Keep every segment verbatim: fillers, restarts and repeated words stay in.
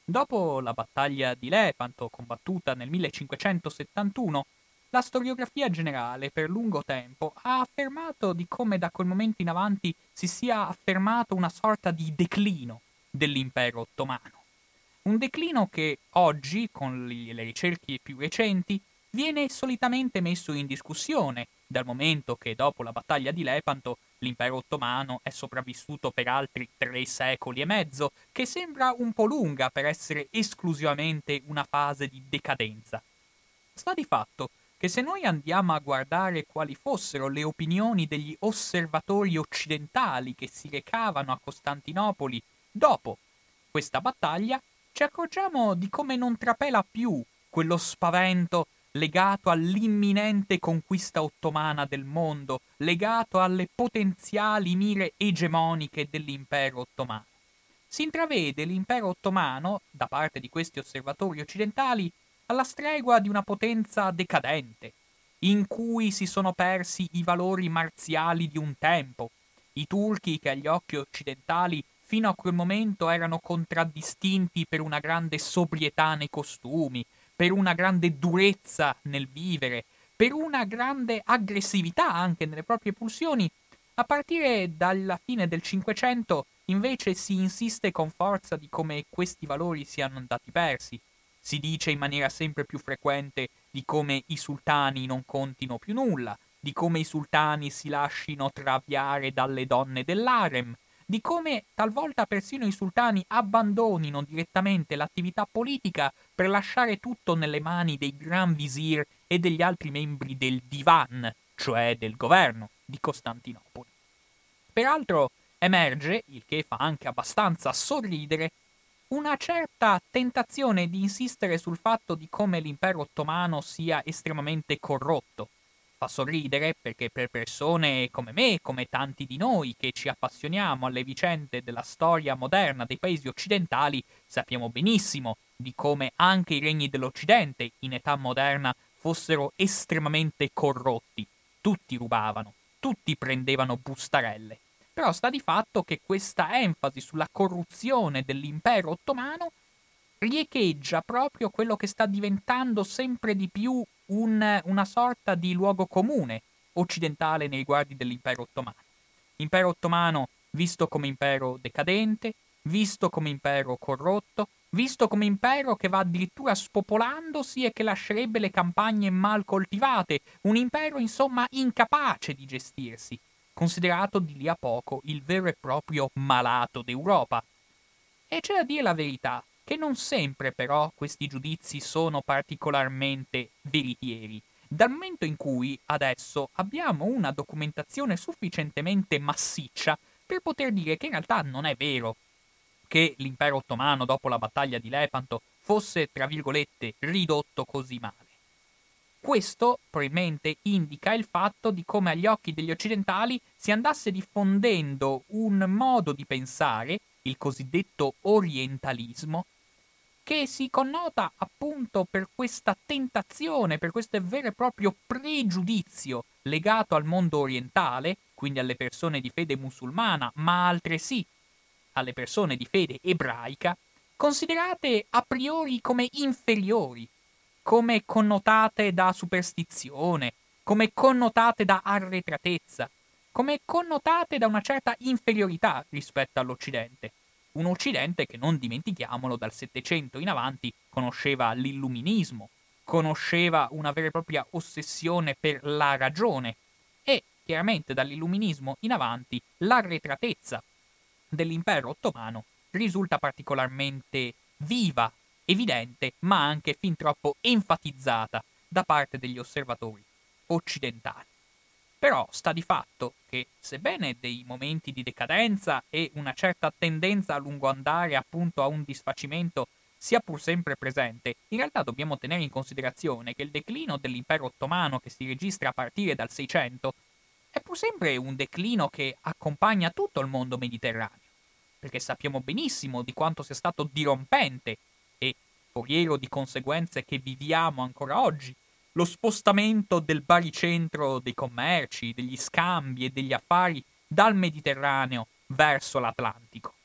Dopo la battaglia di Lepanto, combattuta nel millecinquecentosettantuno, la storiografia generale per lungo tempo ha affermato di come da quel momento in avanti si sia affermato una sorta di declino dell'impero ottomano. Un declino che oggi, con li- le ricerche più recenti, viene solitamente messo in discussione, dal momento che dopo la battaglia di Lepanto l'impero ottomano è sopravvissuto per altri tre secoli e mezzo, che sembra un po' lunga per essere esclusivamente una fase di decadenza. Sta di fatto che se noi andiamo a guardare quali fossero le opinioni degli osservatori occidentali che si recavano a Costantinopoli dopo questa battaglia, ci accorgiamo di come non trapela più quello spavento legato all'imminente conquista ottomana del mondo, legato alle potenziali mire egemoniche dell'impero ottomano. Si intravede l'impero ottomano, da parte di questi osservatori occidentali, alla stregua di una potenza decadente, in cui si sono persi i valori marziali di un tempo. I turchi, che agli occhi occidentali fino a quel momento erano contraddistinti per una grande sobrietà nei costumi, per una grande durezza nel vivere, per una grande aggressività anche nelle proprie pulsioni, a partire dalla fine del Cinquecento invece si insiste con forza di come questi valori siano andati persi. Si dice in maniera sempre più frequente di come i sultani non contino più nulla, di come i sultani si lascino traviare dalle donne dell'harem, di come talvolta persino i sultani abbandonino direttamente l'attività politica per lasciare tutto nelle mani dei gran visir e degli altri membri del divan, cioè del governo di Costantinopoli. Peraltro emerge, il che fa anche abbastanza sorridere, una certa tentazione di insistere sul fatto di come l'impero ottomano sia estremamente corrotto. Fa sorridere perché per persone come me, come tanti di noi che ci appassioniamo alle vicende della storia moderna dei paesi occidentali, sappiamo benissimo di come anche i regni dell'Occidente in età moderna fossero estremamente corrotti. Tutti rubavano, tutti prendevano bustarelle. Però sta di fatto che questa enfasi sulla corruzione dell'impero ottomano riecheggia proprio quello che sta diventando sempre di più un- una sorta di luogo comune occidentale nei riguardi dell'impero ottomano. Impero ottomano visto come impero decadente, visto come impero corrotto, visto come impero che va addirittura spopolandosi e che lascerebbe le campagne mal coltivate, un impero insomma incapace di gestirsi, considerato di lì a poco il vero e proprio malato d'Europa. E c'è da dire la verità, che non sempre però questi giudizi sono particolarmente veritieri, dal momento in cui adesso abbiamo una documentazione sufficientemente massiccia per poter dire che in realtà non è vero che l'impero ottomano dopo la battaglia di Lepanto fosse, tra virgolette, ridotto così male. Questo probabilmente indica il fatto di come agli occhi degli occidentali si andasse diffondendo un modo di pensare, il cosiddetto orientalismo, che si connota appunto per questa tentazione, per questo vero e proprio pregiudizio legato al mondo orientale, quindi alle persone di fede musulmana, ma altresì alle persone di fede ebraica, considerate a priori come inferiori, come connotate da superstizione, come connotate da arretratezza, come connotate da una certa inferiorità rispetto all'Occidente. Un Occidente che, non dimentichiamolo, dal Settecento in avanti conosceva l'illuminismo, conosceva una vera e propria ossessione per la ragione e, chiaramente, dall'illuminismo in avanti l'arretratezza dell'impero ottomano risulta particolarmente viva, evidente, ma anche fin troppo enfatizzata da parte degli osservatori occidentali. Però sta di fatto che, sebbene dei momenti di decadenza e una certa tendenza a lungo andare appunto a un disfacimento sia pur sempre presente, in realtà dobbiamo tenere in considerazione che il declino dell'impero ottomano che si registra a partire dal Seicento è pur sempre un declino che accompagna tutto il mondo mediterraneo, perché sappiamo benissimo di quanto sia stato dirompente e foriero di conseguenze che viviamo ancora oggi lo spostamento del baricentro dei commerci, degli scambi e degli affari dal Mediterraneo verso l'Atlantico.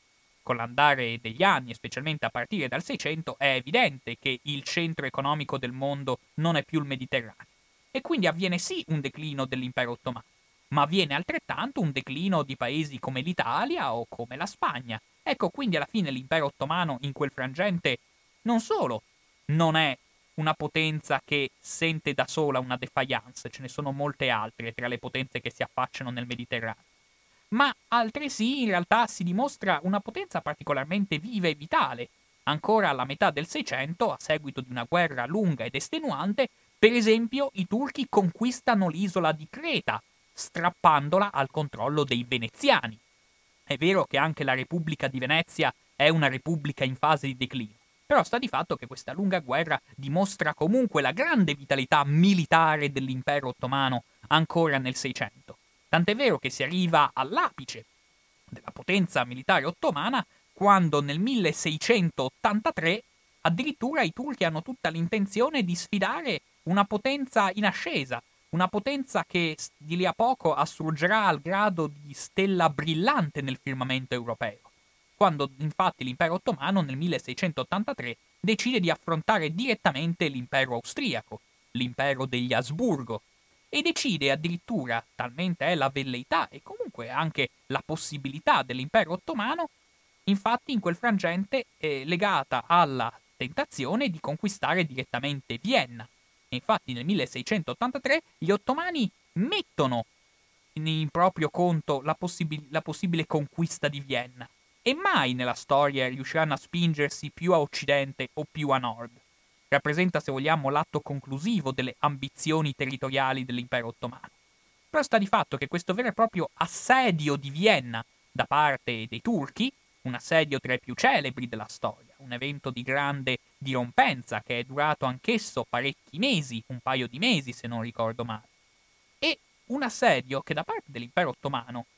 con l'andare degli anni, e specialmente a partire dal Seicento, è evidente che il centro economico del mondo non è più il Mediterraneo. E quindi avviene sì un declino dell'impero ottomano, ma avviene altrettanto un declino di paesi come l'Italia o come la Spagna. Ecco, quindi alla fine l'impero ottomano in quel frangente non solo non è una potenza che sente da sola una defiance, ce ne sono molte altre tra le potenze che si affacciano nel Mediterraneo, ma altresì in realtà si dimostra una potenza particolarmente viva e vitale. Ancora alla metà del Seicento, a seguito di una guerra lunga ed estenuante, per esempio i turchi conquistano l'isola di Creta, strappandola al controllo dei veneziani. È vero che anche la Repubblica di Venezia è una repubblica in fase di declino, però sta di fatto che questa lunga guerra dimostra comunque la grande vitalità militare dell'impero ottomano ancora nel Seicento. Tant'è vero che si arriva all'apice della potenza militare ottomana quando nel milleseicentottantatré addirittura i turchi hanno tutta l'intenzione di sfidare una potenza in ascesa, una potenza che di lì a poco assurgerà al grado di stella brillante nel firmamento europeo, quando infatti l'impero ottomano nel milleseicentottantatré decide di affrontare direttamente l'impero austriaco, l'impero degli Asburgo, e decide addirittura, talmente è la velleità e comunque anche la possibilità dell'impero ottomano, infatti in quel frangente è legata alla tentazione di conquistare direttamente Vienna. E infatti nel milleseicentottantatré gli ottomani mettono in proprio conto la, possib- la possibile conquista di Vienna e mai nella storia riusciranno a spingersi più a occidente o più a nord. Rappresenta, se vogliamo, l'atto conclusivo delle ambizioni territoriali dell'impero ottomano. Però sta di fatto che questo vero e proprio assedio di Vienna da parte dei turchi, un assedio tra i più celebri della storia, un evento di grande dirompenza che è durato anch'esso parecchi mesi, un paio di mesi se non ricordo male, e un assedio che da parte dell'impero ottomano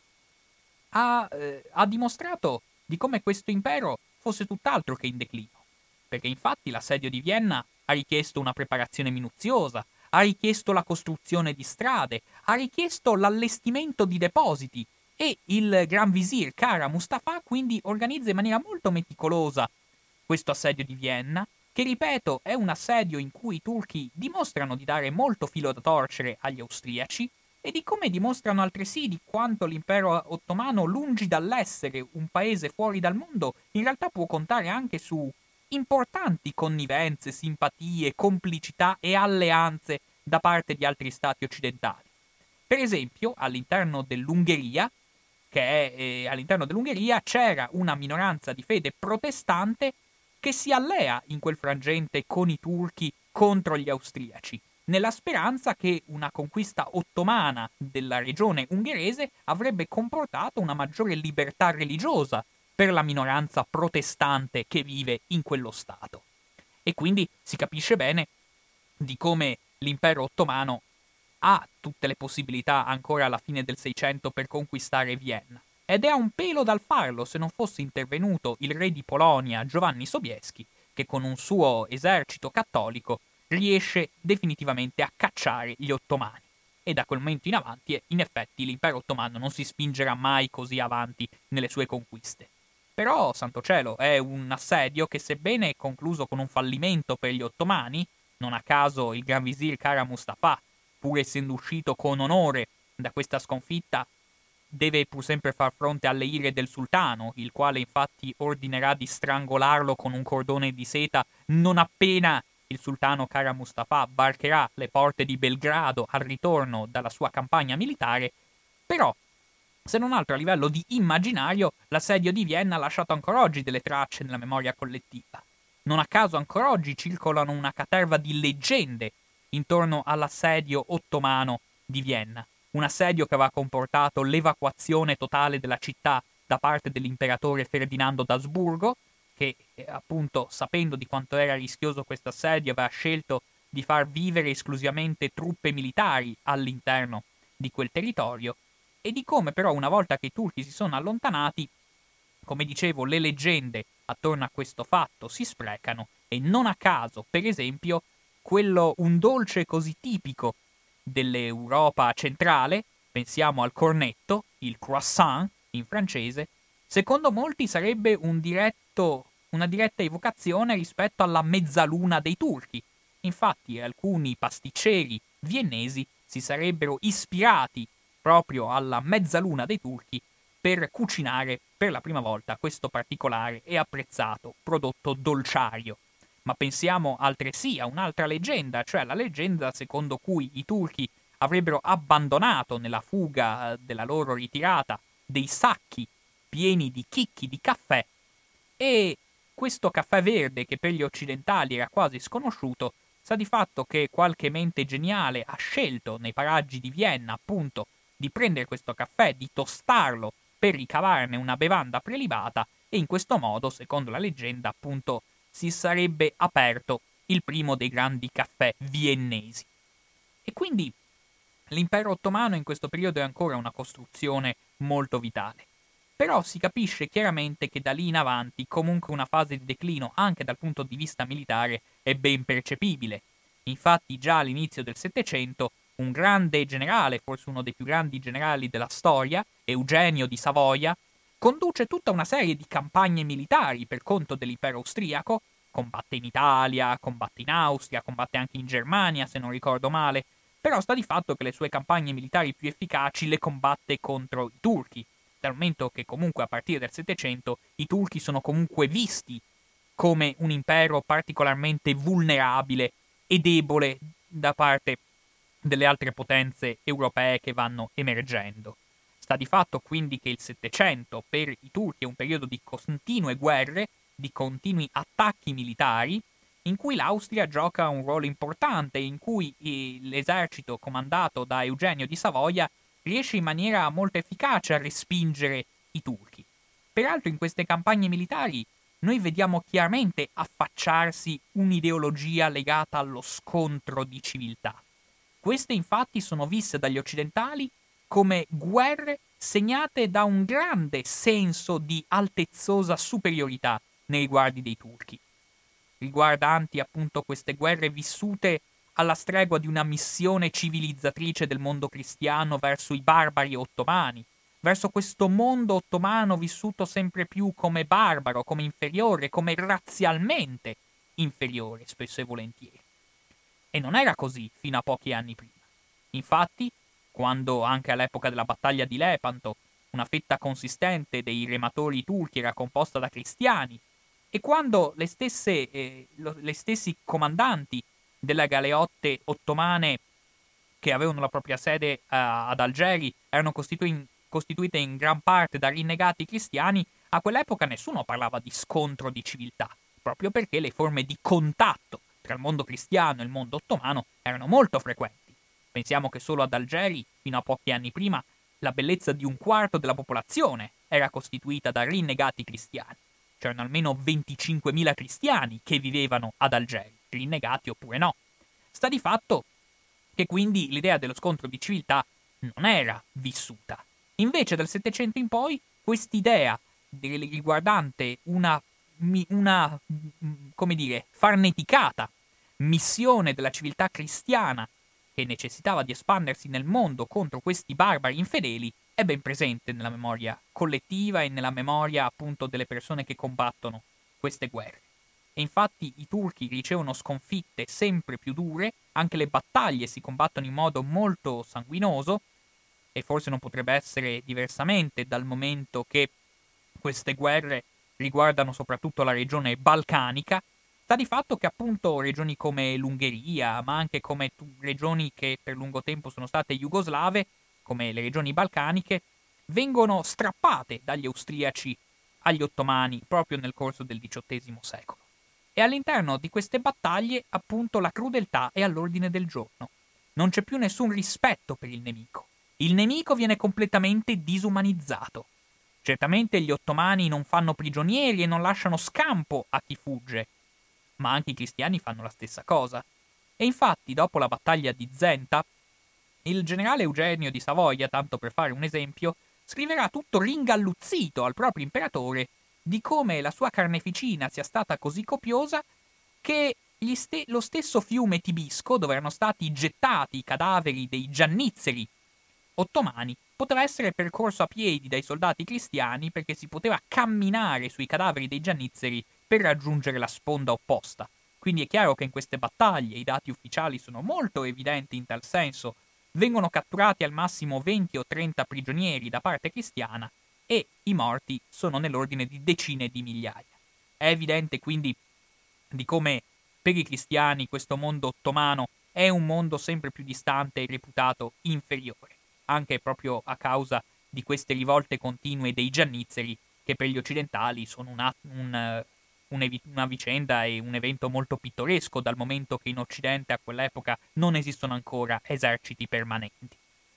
ha, eh, ha dimostrato di come questo impero fosse tutt'altro che in declino, perché infatti l'assedio di Vienna ha richiesto una preparazione minuziosa, ha richiesto la costruzione di strade, ha richiesto l'allestimento di depositi e il Gran Visir Kara Mustafa quindi organizza in maniera molto meticolosa questo assedio di Vienna, che ripeto è un assedio in cui i turchi dimostrano di dare molto filo da torcere agli austriaci e di come dimostrano altresì di quanto l'impero ottomano, lungi dall'essere un paese fuori dal mondo, in realtà può contare anche su importanti connivenze, simpatie, complicità e alleanze da parte di altri stati occidentali. Per esempio, all'interno dell'Ungheria, che è, eh, all'interno dell'Ungheria c'era una minoranza di fede protestante che si allea in quel frangente con i turchi contro gli austriaci, nella speranza che una conquista ottomana della regione ungherese avrebbe comportato una maggiore libertà religiosa per la minoranza protestante che vive in quello stato. E quindi si capisce bene di come l'impero ottomano ha tutte le possibilità ancora alla fine del Seicento per conquistare Vienna. Ed è a un pelo dal farlo se non fosse intervenuto il re di Polonia Giovanni Sobieski, che con un suo esercito cattolico riesce definitivamente a cacciare gli ottomani. E da quel momento in avanti, in effetti, l'impero ottomano non si spingerà mai così avanti nelle sue conquiste. Però, santo cielo, è un assedio che, sebbene concluso con un fallimento per gli ottomani, non a caso il Gran Visir Kara Mustafa, pur essendo uscito con onore da questa sconfitta, deve pur sempre far fronte alle ire del sultano, il quale infatti ordinerà di strangolarlo con un cordone di seta non appena il sultano Kara Mustafa varcherà le porte di Belgrado al ritorno dalla sua campagna militare. Però, se non altro a livello di immaginario, l'assedio di Vienna ha lasciato ancora oggi delle tracce nella memoria collettiva. Non a caso ancora oggi circolano una caterva di leggende intorno all'assedio ottomano di Vienna, un assedio che aveva comportato l'evacuazione totale della città da parte dell'imperatore Ferdinando d'Asburgo, che eh, appunto, sapendo di quanto era rischioso questo assedio, aveva scelto di far vivere esclusivamente truppe militari all'interno di quel territorio, e di come però una volta che i turchi si sono allontanati, come dicevo, le leggende attorno a questo fatto si sprecano e non a caso, per esempio, quello un dolce così tipico dell'Europa centrale, pensiamo al cornetto, il croissant in francese, Secondo molti sarebbe un diretto, una diretta evocazione rispetto alla mezzaluna dei turchi. Infatti alcuni pasticceri viennesi si sarebbero ispirati proprio alla mezzaluna dei turchi per cucinare per la prima volta questo particolare e apprezzato prodotto dolciario. Ma pensiamo altresì a un'altra leggenda, cioè la leggenda secondo cui i turchi avrebbero abbandonato nella fuga della loro ritirata dei sacchi pieni di chicchi di caffè e questo caffè verde che per gli occidentali era quasi sconosciuto, sa di fatto che qualche mente geniale ha scelto nei paraggi di Vienna appunto di prendere questo caffè, di tostarlo per ricavarne una bevanda prelibata e in questo modo, secondo la leggenda, appunto si sarebbe aperto il primo dei grandi caffè viennesi. E quindi l'impero ottomano in questo periodo è ancora una costruzione molto vitale. Però si capisce chiaramente che da lì in avanti comunque una fase di declino anche dal punto di vista militare è ben percepibile. Infatti già all'inizio del Settecento un grande generale, forse uno dei più grandi generali della storia, Eugenio di Savoia, conduce tutta una serie di campagne militari per conto dell'impero austriaco, combatte in Italia, combatte in Austria, combatte anche in Germania se non ricordo male, però sta di fatto che le sue campagne militari più efficaci le combatte contro i turchi, dal momento che comunque a partire dal Settecento i turchi sono comunque visti come un impero particolarmente vulnerabile e debole da parte delle altre potenze europee che vanno emergendo. Sta di fatto quindi che il Settecento per i turchi è un periodo di continue guerre, di continui attacchi militari, in cui l'Austria gioca un ruolo importante, in cui l'esercito comandato da Eugenio di Savoia riesce in maniera molto efficace a respingere i turchi. Peraltro in queste campagne militari noi vediamo chiaramente affacciarsi un'ideologia legata allo scontro di civiltà. Queste infatti sono viste dagli occidentali come guerre segnate da un grande senso di altezzosa superiorità nei riguardi dei turchi, riguardanti appunto queste guerre vissute alla stregua di una missione civilizzatrice del mondo cristiano verso i barbari ottomani, verso questo mondo ottomano vissuto sempre più come barbaro, come inferiore, come razzialmente inferiore, spesso e volentieri. E non era così fino a pochi anni prima. Infatti, quando anche all'epoca della battaglia di Lepanto una fetta consistente dei rematori turchi era composta da cristiani, e quando le stesse, eh, lo, le stessi comandanti delle galeotte ottomane che avevano la propria sede uh, ad Algeri erano costitui- costituite in gran parte da rinnegati cristiani, a quell'epoca nessuno parlava di scontro di civiltà, proprio perché le forme di contatto tra il mondo cristiano e il mondo ottomano erano molto frequenti. Pensiamo che solo ad Algeri, fino a pochi anni prima, la bellezza di un quarto della popolazione era costituita da rinnegati cristiani. C'erano almeno venticinquemila cristiani che vivevano ad Algeri, rinnegati oppure no. Sta di fatto che quindi l'idea dello scontro di civiltà non era vissuta. Invece dal Settecento in poi quest'idea riguardante una, una, come dire, farneticata missione della civiltà cristiana che necessitava di espandersi nel mondo contro questi barbari infedeli è ben presente nella memoria collettiva e nella memoria appunto delle persone che combattono queste guerre. E infatti i turchi ricevono sconfitte sempre più dure, anche le battaglie si combattono in modo molto sanguinoso, e forse non potrebbe essere diversamente dal momento che queste guerre riguardano soprattutto la regione balcanica. Sta di fatto che appunto regioni come l'Ungheria, ma anche come tu- regioni che per lungo tempo sono state jugoslave, come le regioni balcaniche, vengono strappate dagli austriaci agli ottomani proprio nel corso del diciottesimo secolo. E all'interno di queste battaglie, appunto, la crudeltà è all'ordine del giorno. Non c'è più nessun rispetto per il nemico. Il nemico viene completamente disumanizzato. Certamente gli ottomani non fanno prigionieri e non lasciano scampo a chi fugge, ma anche i cristiani fanno la stessa cosa. E infatti, dopo la battaglia di Zenta, il generale Eugenio di Savoia, tanto per fare un esempio, scriverà tutto ringalluzzito al proprio imperatore di come la sua carneficina sia stata così copiosa che gli ste- lo stesso fiume Tibisco, dove erano stati gettati i cadaveri dei giannizzeri ottomani poteva essere percorso a piedi dai soldati cristiani perché si poteva camminare sui cadaveri dei giannizzeri per raggiungere la sponda opposta. Quindi è chiaro che in queste battaglie i dati ufficiali sono molto evidenti in tal senso. Vengono catturati al massimo venti o trenta prigionieri da parte cristiana e i morti sono nell'ordine di decine di migliaia. È evidente quindi di come per i cristiani questo mondo ottomano è un mondo sempre più distante e reputato inferiore, anche proprio a causa di queste rivolte continue dei giannizzeri che per gli occidentali sono una, un, una vicenda e un evento molto pittoresco, dal momento che in Occidente a quell'epoca non esistono ancora eserciti permanenti.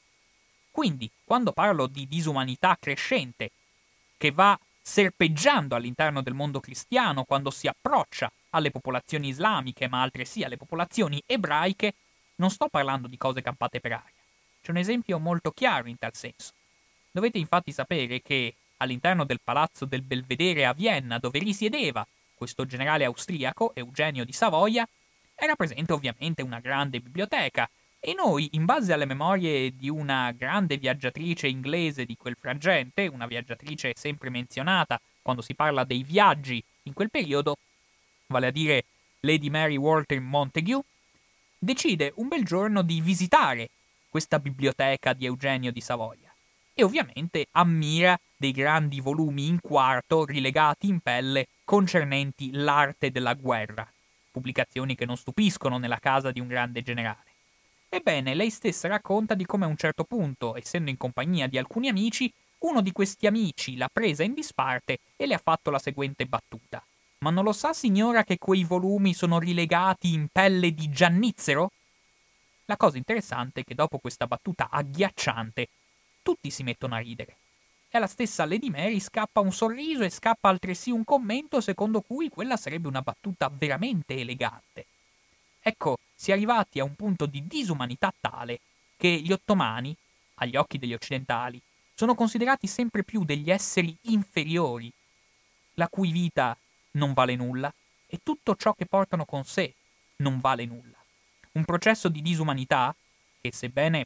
Quindi, quando parlo di disumanità crescente, che va serpeggiando all'interno del mondo cristiano quando si approccia alle popolazioni islamiche, ma altresì alle popolazioni ebraiche, non sto parlando di cose campate per aria. C'è un esempio molto chiaro in tal senso. Dovete infatti sapere che all'interno del palazzo del Belvedere a Vienna, dove risiedeva questo generale austriaco, Eugenio di Savoia, era presente ovviamente una grande biblioteca, e noi, in base alle memorie di una grande viaggiatrice inglese di quel frangente, una viaggiatrice sempre menzionata quando si parla dei viaggi in quel periodo, vale a dire Lady Mary Walter Montagu, decide un bel giorno di visitare questa biblioteca di Eugenio di Savoia e ovviamente ammira dei grandi volumi in quarto rilegati in pelle concernenti l'arte della guerra, pubblicazioni che non stupiscono nella casa di un grande generale. Ebbene, lei stessa racconta di come a un certo punto, essendo in compagnia di alcuni amici, uno di questi amici l'ha presa in disparte e le ha fatto la seguente battuta. Ma non lo sa, signora, che quei volumi sono rilegati in pelle di giannizzero? La cosa interessante è che dopo questa battuta agghiacciante, tutti si mettono a ridere. E alla stessa Lady Mary scappa un sorriso e scappa altresì un commento secondo cui quella sarebbe una battuta veramente elegante. Ecco, si è arrivati a un punto di disumanità tale che gli ottomani, agli occhi degli occidentali, sono considerati sempre più degli esseri inferiori, la cui vita non vale nulla e tutto ciò che portano con sé non vale nulla. Un processo di disumanità che, sebbene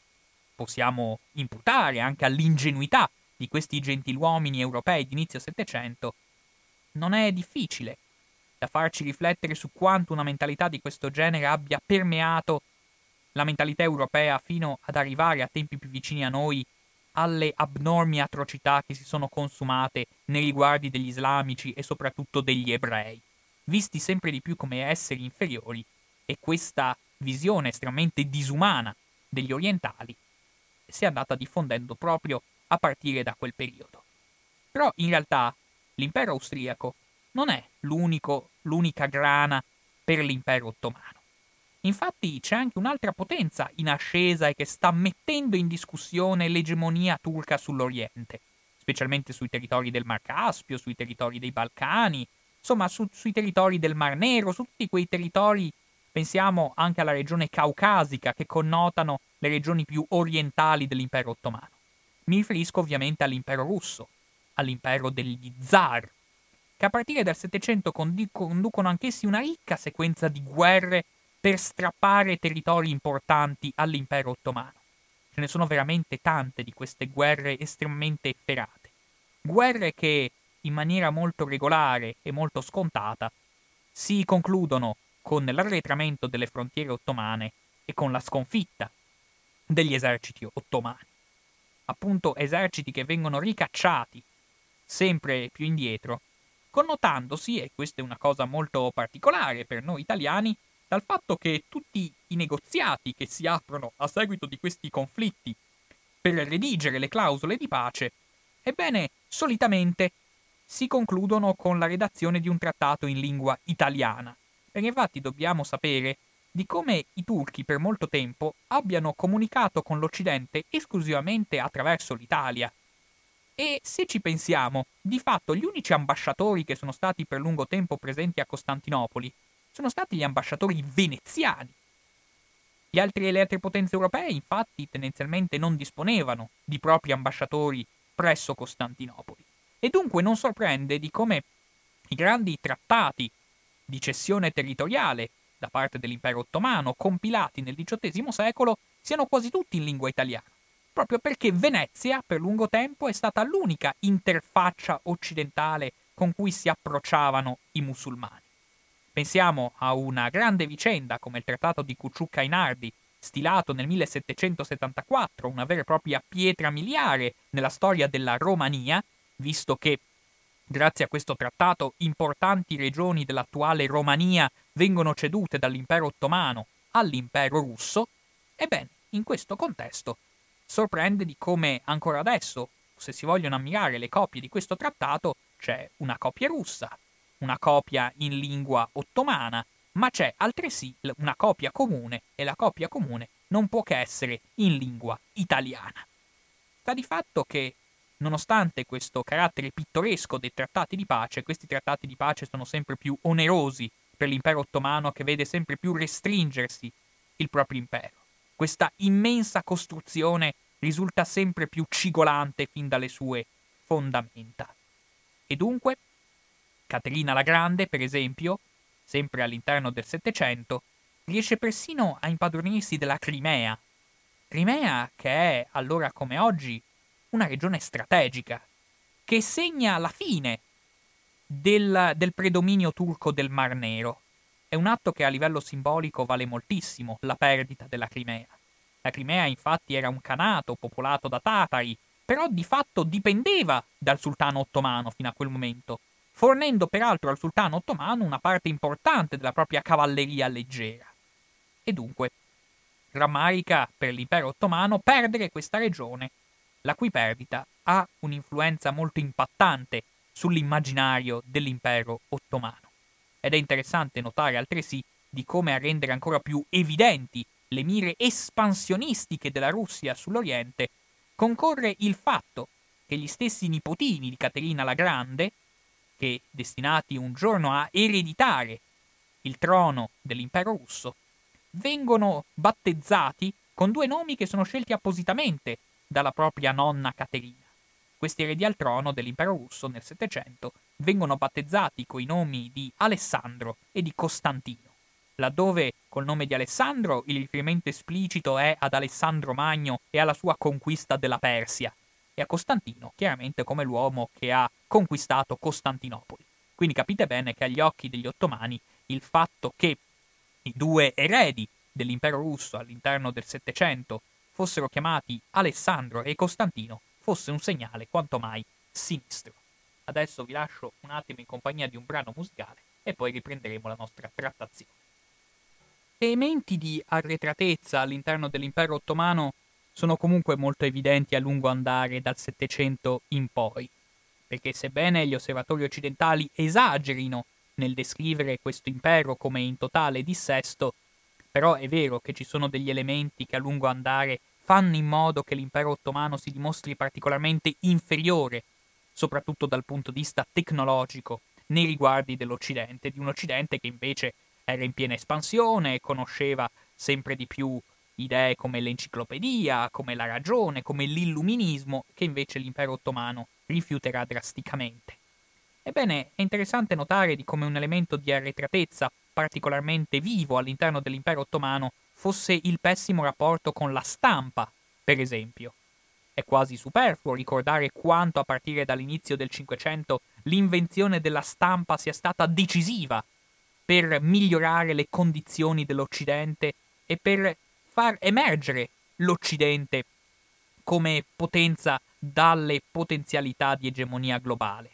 possiamo imputare anche all'ingenuità di questi gentiluomini europei d'inizio Settecento, non è difficile da farci riflettere su quanto una mentalità di questo genere abbia permeato la mentalità europea fino ad arrivare a tempi più vicini a noi alle abnormi atrocità che si sono consumate nei riguardi degli islamici e soprattutto degli ebrei, visti sempre di più come esseri inferiori, e questa visione estremamente disumana degli orientali si è andata diffondendo proprio a partire da quel periodo. Però in realtà l'impero austriaco non è l'unico, l'unica grana per l'impero ottomano. Infatti c'è anche un'altra potenza in ascesa e che sta mettendo in discussione l'egemonia turca sull'Oriente, specialmente sui territori del Mar Caspio, sui territori dei Balcani, insomma su, sui territori del Mar Nero, su tutti quei territori, pensiamo anche alla regione caucasica che connotano le regioni più orientali dell'impero ottomano. Mi riferisco ovviamente all'impero russo, all'impero degli zar, che a partire dal Settecento conducono anch'essi una ricca sequenza di guerre per strappare territori importanti all'impero ottomano. Ce ne sono veramente tante di queste guerre estremamente efferate. Guerre che, in maniera molto regolare e molto scontata, si concludono con l'arretramento delle frontiere ottomane e con la sconfitta degli eserciti ottomani. Appunto eserciti che vengono ricacciati sempre più indietro, connotandosi, e questa è una cosa molto particolare per noi italiani, dal fatto che tutti i negoziati che si aprono a seguito di questi conflitti per redigere le clausole di pace, ebbene, solitamente si concludono con la redazione di un trattato in lingua italiana, perché infatti dobbiamo sapere di come i turchi per molto tempo abbiano comunicato con l'Occidente esclusivamente attraverso l'Italia. E se ci pensiamo, di fatto gli unici ambasciatori che sono stati per lungo tempo presenti a Costantinopoli sono stati gli ambasciatori veneziani. Gli altri, le altre potenze europee, infatti, tendenzialmente non disponevano di propri ambasciatori presso Costantinopoli. E dunque non sorprende di come i grandi trattati di cessione territoriale da parte dell'impero ottomano, compilati nel diciottesimo secolo, siano quasi tutti in lingua italiana, proprio perché Venezia per lungo tempo è stata l'unica interfaccia occidentale con cui si approcciavano i musulmani. Pensiamo a una grande vicenda come il Trattato di Cucciuca-Ainardi, stilato nel millesettecentosettantaquattro, una vera e propria pietra miliare nella storia della Romania, visto che grazie a questo trattato importanti regioni dell'attuale Romania vengono cedute dall'impero ottomano all'impero russo. Ebbene, in questo contesto sorprende di come ancora adesso, se si vogliono ammirare le copie di questo trattato, c'è una copia russa, una copia in lingua ottomana, ma c'è altresì una copia comune e la copia comune non può che essere in lingua italiana. Sta di fatto che, nonostante questo carattere pittoresco dei trattati di pace, questi trattati di pace sono sempre più onerosi per l'impero ottomano che vede sempre più restringersi il proprio impero. Questa immensa costruzione risulta sempre più cigolante fin dalle sue fondamenta. E dunque, Caterina la Grande, per esempio, sempre all'interno del Settecento, riesce persino a impadronirsi della Crimea. Crimea che è, allora come oggi, una regione strategica, che segna la fine del, del predominio turco del Mar Nero. È un atto che a livello simbolico vale moltissimo, la perdita della Crimea. La Crimea infatti era un khanato popolato da tatari, però di fatto dipendeva dal sultano ottomano fino a quel momento, fornendo peraltro al sultano ottomano una parte importante della propria cavalleria leggera. E dunque, rammarica per l'impero ottomano perdere questa regione, la cui perdita ha un'influenza molto impattante sull'immaginario dell'impero ottomano. Ed è interessante notare altresì di come a rendere ancora più evidenti le mire espansionistiche della Russia sull'Oriente concorre il fatto che gli stessi nipotini di Caterina la Grande, che destinati un giorno a ereditare il trono dell'impero russo, vengono battezzati con due nomi che sono scelti appositamente dalla propria nonna Caterina. Questi eredi al trono dell'impero russo nel Settecento vengono battezzati coi nomi di Alessandro e di Costantino, laddove col nome di Alessandro il riferimento esplicito è ad Alessandro Magno e alla sua conquista della Persia, e a Costantino chiaramente come l'uomo che ha conquistato Costantinopoli. Quindi capite bene che agli occhi degli ottomani il fatto che i due eredi dell'impero russo all'interno del Settecento fossero chiamati Alessandro e Costantino fosse un segnale quanto mai sinistro. Adesso vi lascio un attimo in compagnia di un brano musicale e poi riprenderemo la nostra trattazione. Elementi di arretratezza all'interno dell'impero ottomano sono comunque molto evidenti a lungo andare dal Settecento in poi, perché sebbene gli osservatori occidentali esagerino nel descrivere questo impero come in totale dissesto, però è vero che ci sono degli elementi che a lungo andare fanno in modo che l'impero ottomano si dimostri particolarmente inferiore, soprattutto dal punto di vista tecnologico, nei riguardi dell'Occidente, di un Occidente che invece era in piena espansione e conosceva sempre di più idee come l'enciclopedia, come la ragione, come l'illuminismo, che invece l'impero ottomano rifiuterà drasticamente. Ebbene, è interessante notare di come un elemento di arretratezza particolarmente vivo all'interno dell'impero ottomano fosse il pessimo rapporto con la stampa, per esempio. È quasi superfluo ricordare quanto a partire dall'inizio del Cinquecento l'invenzione della stampa sia stata decisiva per migliorare le condizioni dell'Occidente e per far emergere l'Occidente come potenza dalle potenzialità di egemonia globale.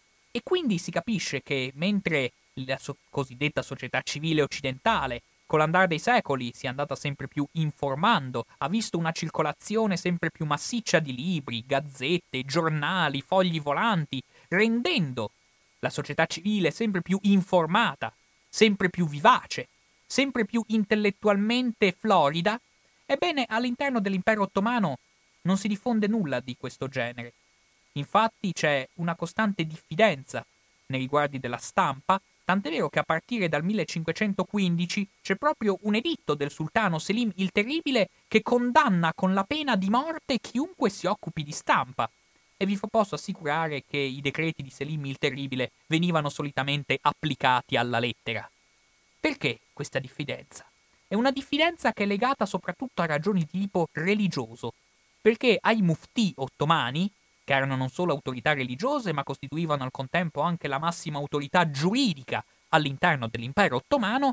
E quindi si capisce che mentre la so- cosiddetta società civile occidentale, con l'andare dei secoli, si è andata sempre più informando, ha visto una circolazione sempre più massiccia di libri, gazzette, giornali, fogli volanti, rendendo la società civile sempre più informata, sempre più vivace, sempre più intellettualmente florida, ebbene all'interno dell'impero ottomano non si diffonde nulla di questo genere. Infatti c'è una costante diffidenza nei riguardi della stampa, tant'è vero che a partire dal millecinquecentoquindici c'è proprio un editto del sultano Selim il Terribile che condanna con la pena di morte chiunque si occupi di stampa. E vi posso assicurare che i decreti di Selim il Terribile venivano solitamente applicati alla lettera. Perché questa diffidenza? È una diffidenza che è legata soprattutto a ragioni di tipo religioso. perché ai mufti ottomani, che erano non solo autorità religiose, ma costituivano al contempo anche la massima autorità giuridica all'interno dell'impero ottomano,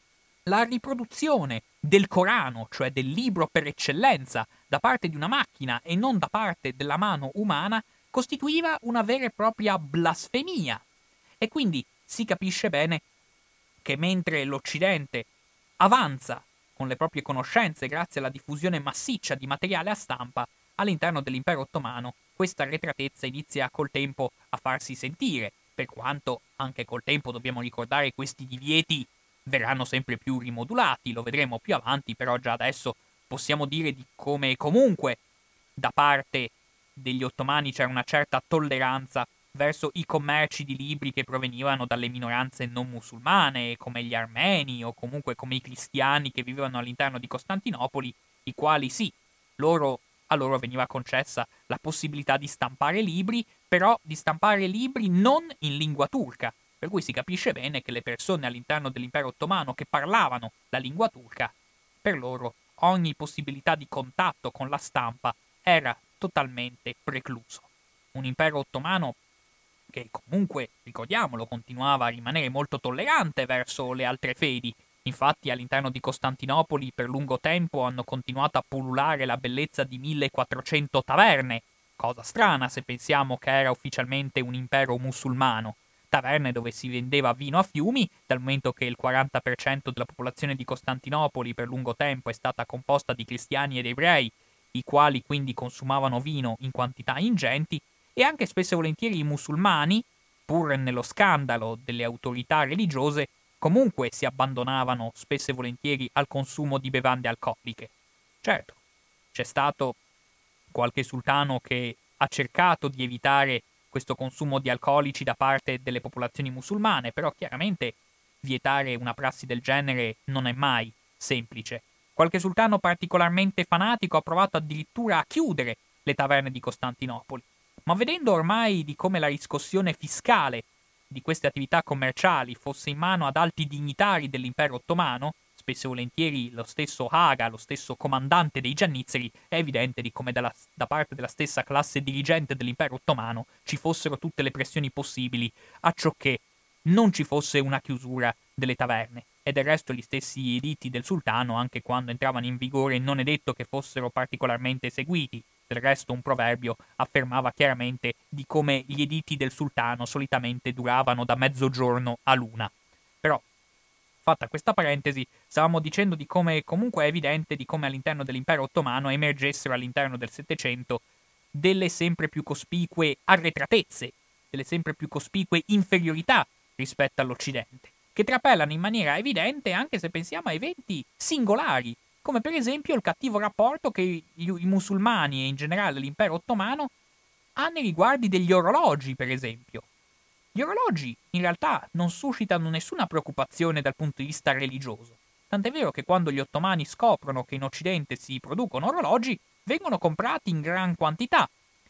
la riproduzione del Corano, cioè del libro per eccellenza, da parte di una macchina e non da parte della mano umana, costituiva una vera e propria blasfemia. E quindi si capisce bene che mentre l'Occidente avanza con le proprie conoscenze grazie alla diffusione massiccia di materiale a stampa, all'interno dell'impero ottomano questa arretratezza inizia col tempo a farsi sentire, per quanto anche col tempo dobbiamo ricordare questi divieti verranno sempre più rimodulati, lo vedremo più avanti, però già adesso possiamo dire di come comunque da parte degli ottomani c'era una certa tolleranza verso i commerci di libri che provenivano dalle minoranze non musulmane, come gli armeni o comunque come i cristiani che vivevano all'interno di Costantinopoli, i quali sì, loro, a loro veniva concessa la possibilità di stampare libri, però di stampare libri non in lingua turca, per cui si capisce bene che le persone all'interno dell'impero ottomano che parlavano la lingua turca, per loro ogni possibilità di contatto con la stampa era totalmente precluso. Un impero ottomano che comunque, ricordiamolo, continuava a rimanere molto tollerante verso le altre fedi. Infatti all'interno di Costantinopoli per lungo tempo hanno continuato a pullulare la bellezza di millequattrocento taverne, cosa strana se pensiamo che era ufficialmente un impero musulmano. Taverne dove si vendeva vino a fiumi, dal momento che il quaranta per cento della popolazione di Costantinopoli per lungo tempo è stata composta di cristiani ed ebrei, i quali quindi consumavano vino in quantità ingenti, e anche spesso e volentieri i musulmani, pur nello scandalo delle autorità religiose, comunque si abbandonavano spesso e volentieri al consumo di bevande alcoliche. Certo, c'è stato qualche sultano che ha cercato di evitare questo consumo di alcolici da parte delle popolazioni musulmane, però chiaramente vietare una prassi del genere non è mai semplice. Qualche sultano particolarmente fanatico ha provato addirittura a chiudere le taverne di Costantinopoli, ma vedendo ormai di come la riscossione fiscale di queste attività commerciali fosse in mano ad alti dignitari dell'impero ottomano, spesso e volentieri lo stesso Aga, lo stesso comandante dei Giannizzeri, è evidente di come dalla, da parte della stessa classe dirigente dell'impero ottomano ci fossero tutte le pressioni possibili a ciò che non ci fosse una chiusura delle taverne. E del resto gli stessi editti del sultano, anche quando entravano in vigore, non è detto che fossero particolarmente eseguiti. Del resto un proverbio affermava chiaramente di come gli editti del sultano solitamente duravano da mezzogiorno a luna. Però, fatta questa parentesi, stavamo dicendo di come comunque è evidente di come all'interno dell'impero ottomano emergessero all'interno del Settecento delle sempre più cospicue arretratezze, delle sempre più cospicue inferiorità rispetto all'Occidente, che trapelano in maniera evidente anche se pensiamo a eventi singolari, come per esempio il cattivo rapporto che i, i musulmani e in generale l'impero ottomano ha nei riguardi degli orologi, per esempio. Gli orologi in realtà non suscitano nessuna preoccupazione dal punto di vista religioso, tant'è vero che quando gli ottomani scoprono che in Occidente si producono orologi, vengono comprati in gran quantità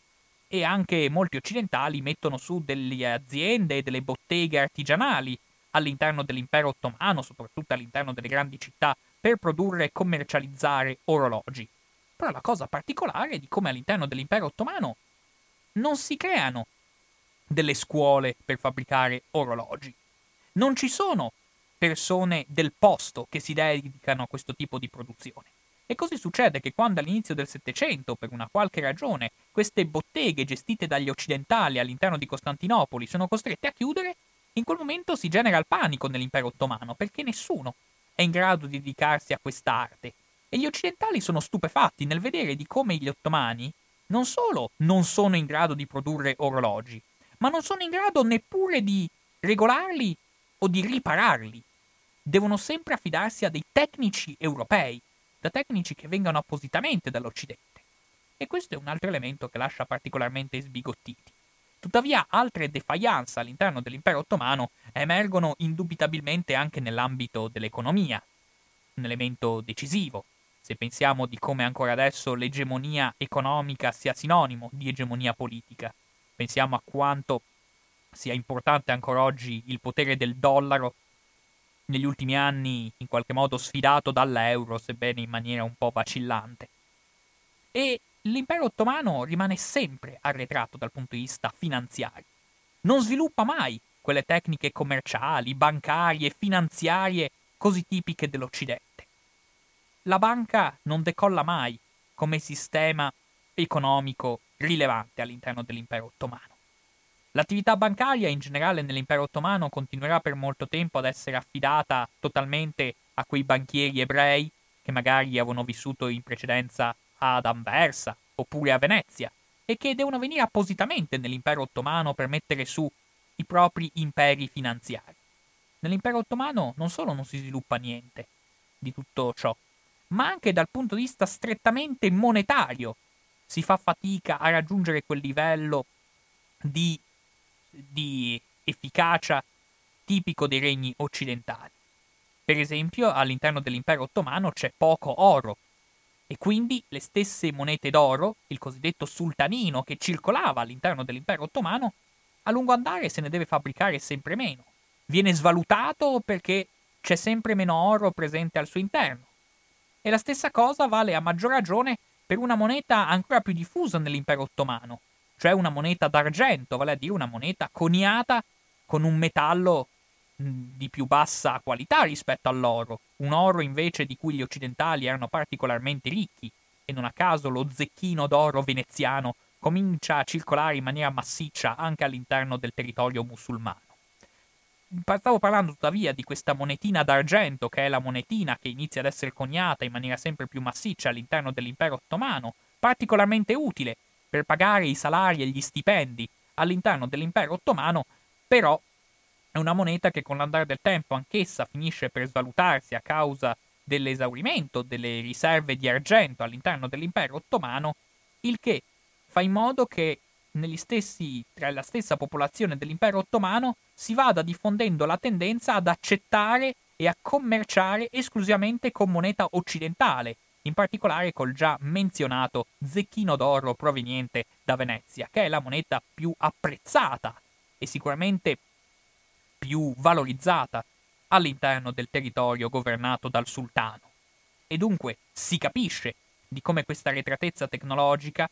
e anche molti occidentali mettono su delle aziende e delle botteghe artigianali all'interno dell'impero ottomano, soprattutto all'interno delle grandi città, per produrre e commercializzare orologi. Però la cosa particolare è di come all'interno dell'impero ottomano non si creano delle scuole per fabbricare orologi. Non ci sono persone del posto che si dedicano a questo tipo di produzione. E così succede che quando all'inizio del Settecento, per una qualche ragione, queste botteghe gestite dagli occidentali all'interno di Costantinopoli sono costrette a chiudere, in quel momento si genera il panico nell'impero ottomano, perché nessuno è in grado di dedicarsi a quest'arte. E gli occidentali sono stupefatti nel vedere di come gli ottomani non solo non sono in grado di produrre orologi, ma non sono in grado neppure di regolarli o di ripararli. Devono sempre affidarsi a dei tecnici europei, da tecnici che vengano appositamente dall'Occidente. E questo è un altro elemento che lascia particolarmente sbigottiti. Tuttavia, altre defiance all'interno dell'impero ottomano emergono indubitabilmente anche nell'ambito dell'economia, un elemento decisivo, se pensiamo di come ancora adesso l'egemonia economica sia sinonimo di egemonia politica. Pensiamo a quanto sia importante ancora oggi il potere del dollaro, negli ultimi anni in qualche modo sfidato dall'euro, sebbene in maniera un po' vacillante. E l'impero ottomano rimane sempre arretrato dal punto di vista finanziario. Non sviluppa mai quelle tecniche commerciali, bancarie, finanziarie così tipiche dell'Occidente. La banca non decolla mai come sistema economico rilevante all'interno dell'impero ottomano. L'attività bancaria in generale nell'impero ottomano continuerà per molto tempo ad essere affidata totalmente a quei banchieri ebrei che magari avevano vissuto in precedenza ad Anversa oppure a Venezia e che devono venire appositamente nell'impero ottomano per mettere su i propri imperi finanziari. Nell'impero ottomano non solo non si sviluppa niente di tutto ciò, ma anche dal punto di vista strettamente monetario si fa fatica a raggiungere quel livello di, di efficacia tipico dei regni occidentali. Per esempio, all'interno dell'impero ottomano c'è poco oro e quindi le stesse monete d'oro, il cosiddetto sultanino che circolava all'interno dell'impero ottomano, a lungo andare se ne deve fabbricare sempre meno. Viene svalutato perché c'è sempre meno oro presente al suo interno. E la stessa cosa vale a maggior ragione per una moneta ancora più diffusa nell'impero ottomano, cioè una moneta d'argento, vale a dire una moneta coniata con un metallo di più bassa qualità rispetto all'oro, un oro invece di cui gli occidentali erano particolarmente ricchi, e non a caso lo zecchino d'oro veneziano comincia a circolare in maniera massiccia anche all'interno del territorio musulmano. Stavo parlando tuttavia di questa monetina d'argento, che è la monetina che inizia ad essere coniata in maniera sempre più massiccia all'interno dell'impero ottomano, particolarmente utile per pagare i salari e gli stipendi all'interno dell'impero ottomano, però è una moneta che con l'andare del tempo anch'essa finisce per svalutarsi a causa dell'esaurimento delle riserve di argento all'interno dell'impero ottomano, il che fa in modo che negli stessi, tra la stessa popolazione dell'impero ottomano si vada diffondendo la tendenza ad accettare e a commerciare esclusivamente con moneta occidentale, in particolare col già menzionato zecchino d'oro proveniente da Venezia, che è la moneta più apprezzata e sicuramente più valorizzata all'interno del territorio governato dal sultano. E dunque si capisce di come questa arretratezza tecnologica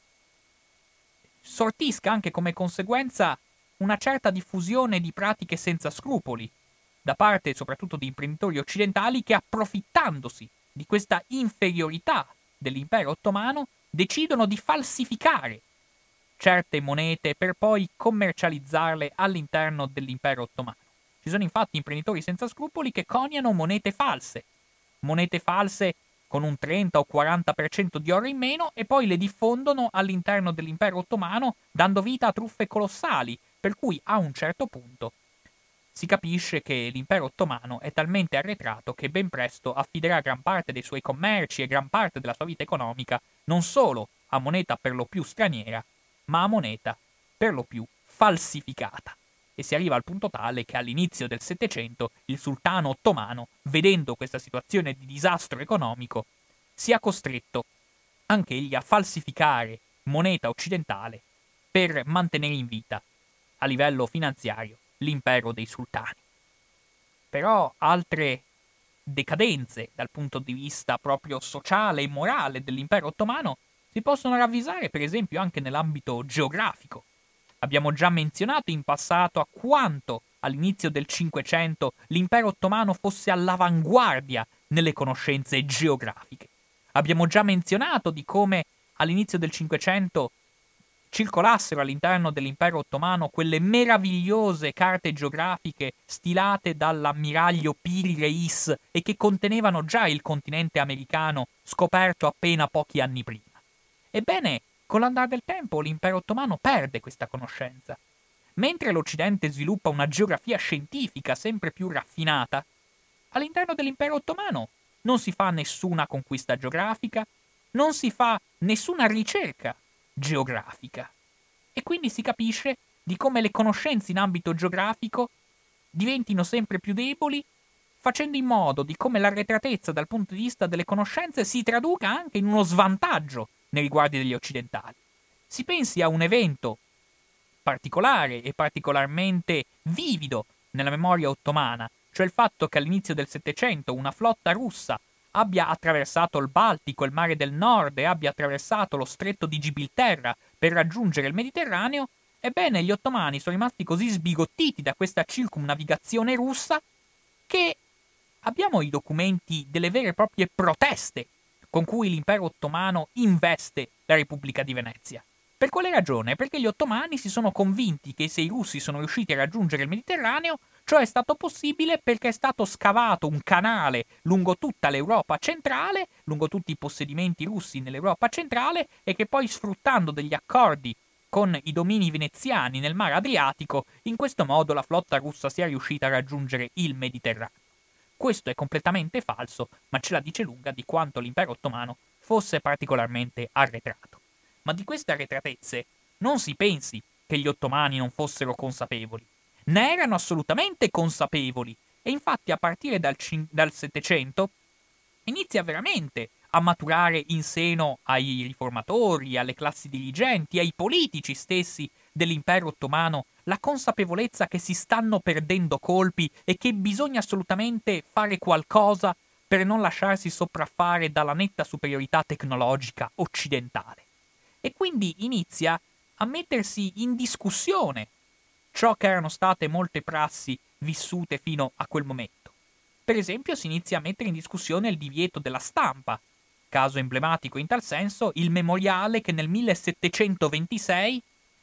sortisca anche come conseguenza una certa diffusione di pratiche senza scrupoli, da parte soprattutto di imprenditori occidentali che, approfittandosi di questa inferiorità dell'impero ottomano, decidono di falsificare certe monete per poi commercializzarle all'interno dell'impero ottomano. Ci sono infatti imprenditori senza scrupoli che coniano monete false, monete false con un trenta o quaranta per cento di oro in meno e poi le diffondono all'interno dell'impero ottomano dando vita a truffe colossali, per cui a un certo punto si capisce che l'impero ottomano è talmente arretrato che ben presto affiderà gran parte dei suoi commerci e gran parte della sua vita economica non solo a moneta per lo più straniera, ma a moneta per lo più falsificata. E si arriva al punto tale che all'inizio del Settecento il sultano ottomano, vedendo questa situazione di disastro economico, sia costretto anche egli a falsificare moneta occidentale per mantenere in vita, a livello finanziario, l'impero dei sultani. Però altre decadenze dal punto di vista proprio sociale e morale dell'impero ottomano si possono ravvisare per esempio anche nell'ambito geografico. Abbiamo già menzionato in passato a quanto all'inizio del Cinquecento l'impero ottomano fosse all'avanguardia nelle conoscenze geografiche. Abbiamo già menzionato di come all'inizio del Cinquecento circolassero all'interno dell'impero ottomano quelle meravigliose carte geografiche stilate dall'ammiraglio Piri Reis e che contenevano già il continente americano scoperto appena pochi anni prima. Ebbene, con l'andare del tempo l'impero ottomano perde questa conoscenza. Mentre l'Occidente sviluppa una geografia scientifica sempre più raffinata, all'interno dell'impero ottomano non si fa nessuna conquista geografica, non si fa nessuna ricerca geografica. E quindi si capisce di come le conoscenze in ambito geografico diventino sempre più deboli, facendo in modo di come l'arretratezza dal punto di vista delle conoscenze si traduca anche in uno svantaggio nei riguardi degli occidentali. Si pensi a un evento particolare e particolarmente vivido nella memoria ottomana, cioè il fatto che all'inizio del Settecento una flotta russa abbia attraversato il Baltico, il Mare del Nord e abbia attraversato lo Stretto di Gibilterra per raggiungere il Mediterraneo, ebbene gli ottomani sono rimasti così sbigottiti da questa circumnavigazione russa che abbiamo i documenti delle vere e proprie proteste con cui l'impero ottomano investe la Repubblica di Venezia. Per quale ragione? Perché gli ottomani si sono convinti che se i russi sono riusciti a raggiungere il Mediterraneo, ciò è stato possibile perché è stato scavato un canale lungo tutta l'Europa centrale, lungo tutti i possedimenti russi nell'Europa centrale, e che poi, sfruttando degli accordi con i domini veneziani nel mare Adriatico, in questo modo la flotta russa sia riuscita a raggiungere il Mediterraneo. Questo è completamente falso, ma ce la dice lunga di quanto l'impero ottomano fosse particolarmente arretrato. Ma di queste arretratezze non si pensi che gli ottomani non fossero consapevoli. Ne erano assolutamente consapevoli, e infatti a partire dal, cin- dal Settecento inizia veramente a maturare in seno ai riformatori, alle classi dirigenti, ai politici stessi dell'impero ottomano la consapevolezza che si stanno perdendo colpi e che bisogna assolutamente fare qualcosa per non lasciarsi sopraffare dalla netta superiorità tecnologica occidentale. E quindi inizia a mettersi in discussione ciò che erano state molte prassi vissute fino a quel momento. Per esempio, si inizia a mettere in discussione il divieto della stampa. Caso emblematico in tal senso, il memoriale che nel millesettecentoventisei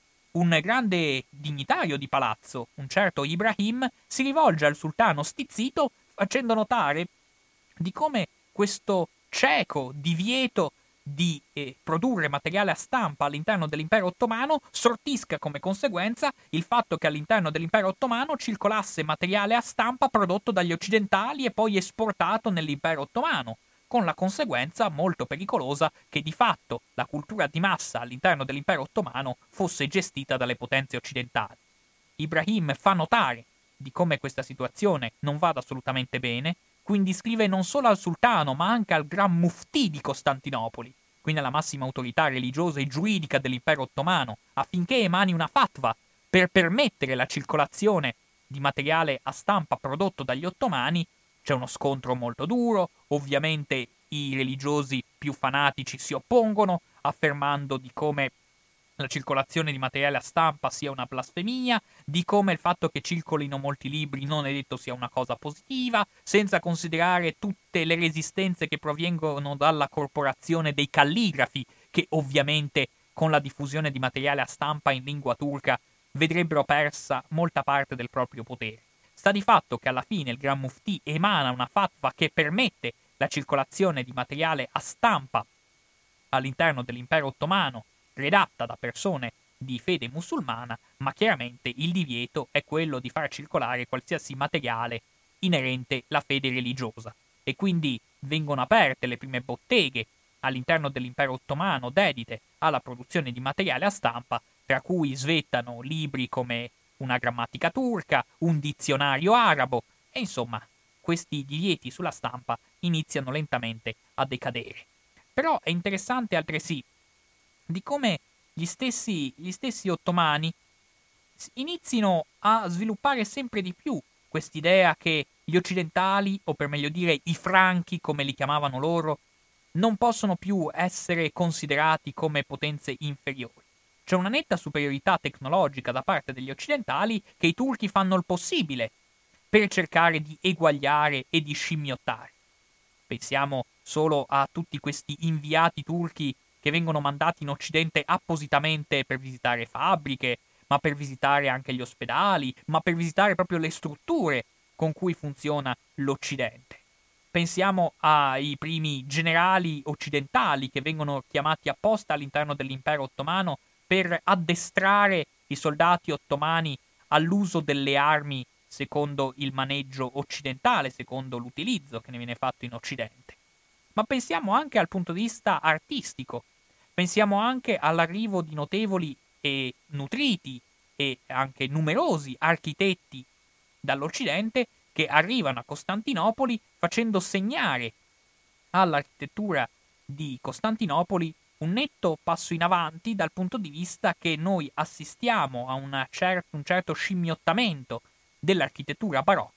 un grande dignitario di palazzo, un certo Ibrahim, si rivolge al sultano stizzito facendo notare di come questo cieco divieto di eh, produrre materiale a stampa all'interno dell'impero ottomano sortisca come conseguenza il fatto che all'interno dell'impero ottomano circolasse materiale a stampa prodotto dagli occidentali e poi esportato nell'impero ottomano, con la conseguenza molto pericolosa che di fatto la cultura di massa all'interno dell'impero ottomano fosse gestita dalle potenze occidentali. Ibrahim fa notare di come questa situazione non vada assolutamente bene, quindi scrive non solo al sultano ma anche al Gran Muftì di Costantinopoli, quindi alla massima autorità religiosa e giuridica dell'impero ottomano, affinché emani una fatwa per permettere la circolazione di materiale a stampa prodotto dagli ottomani. C'è uno scontro molto duro, ovviamente i religiosi più fanatici si oppongono, affermando di come la circolazione di materiale a stampa sia una blasfemia, di come il fatto che circolino molti libri non è detto sia una cosa positiva, senza considerare tutte le resistenze che provengono dalla corporazione dei calligrafi, che ovviamente con la diffusione di materiale a stampa in lingua turca vedrebbero persa molta parte del proprio potere. Sta di fatto che alla fine il Gran Muftì emana una fatwa che permette la circolazione di materiale a stampa all'interno dell'impero ottomano, redatta da persone di fede musulmana, ma chiaramente il divieto è quello di far circolare qualsiasi materiale inerente alla fede religiosa. E quindi vengono aperte le prime botteghe all'interno dell'impero ottomano dedite alla produzione di materiale a stampa, tra cui svettano libri come una grammatica turca, un dizionario arabo, e insomma questi divieti sulla stampa iniziano lentamente a decadere. Però è interessante altresì di come gli stessi, gli stessi ottomani inizino a sviluppare sempre di più quest'idea che gli occidentali, o per meglio dire i franchi come li chiamavano loro, non possono più essere considerati come potenze inferiori. C'è una netta superiorità tecnologica da parte degli occidentali che i turchi fanno il possibile per cercare di eguagliare e di scimmiottare. Pensiamo solo a tutti questi inviati turchi che vengono mandati in Occidente appositamente per visitare fabbriche, ma per visitare anche gli ospedali, ma per visitare proprio le strutture con cui funziona l'Occidente. Pensiamo ai primi generali occidentali che vengono chiamati apposta all'interno dell'impero ottomano per addestrare i soldati ottomani all'uso delle armi secondo il maneggio occidentale, secondo l'utilizzo che ne viene fatto in Occidente. Ma pensiamo anche al punto di vista artistico, pensiamo anche all'arrivo di notevoli e nutriti e anche numerosi architetti dall'Occidente che arrivano a Costantinopoli facendo segnare all'architettura di Costantinopoli un netto passo in avanti dal punto di vista che noi assistiamo a una cer- un certo scimmiottamento dell'architettura barocca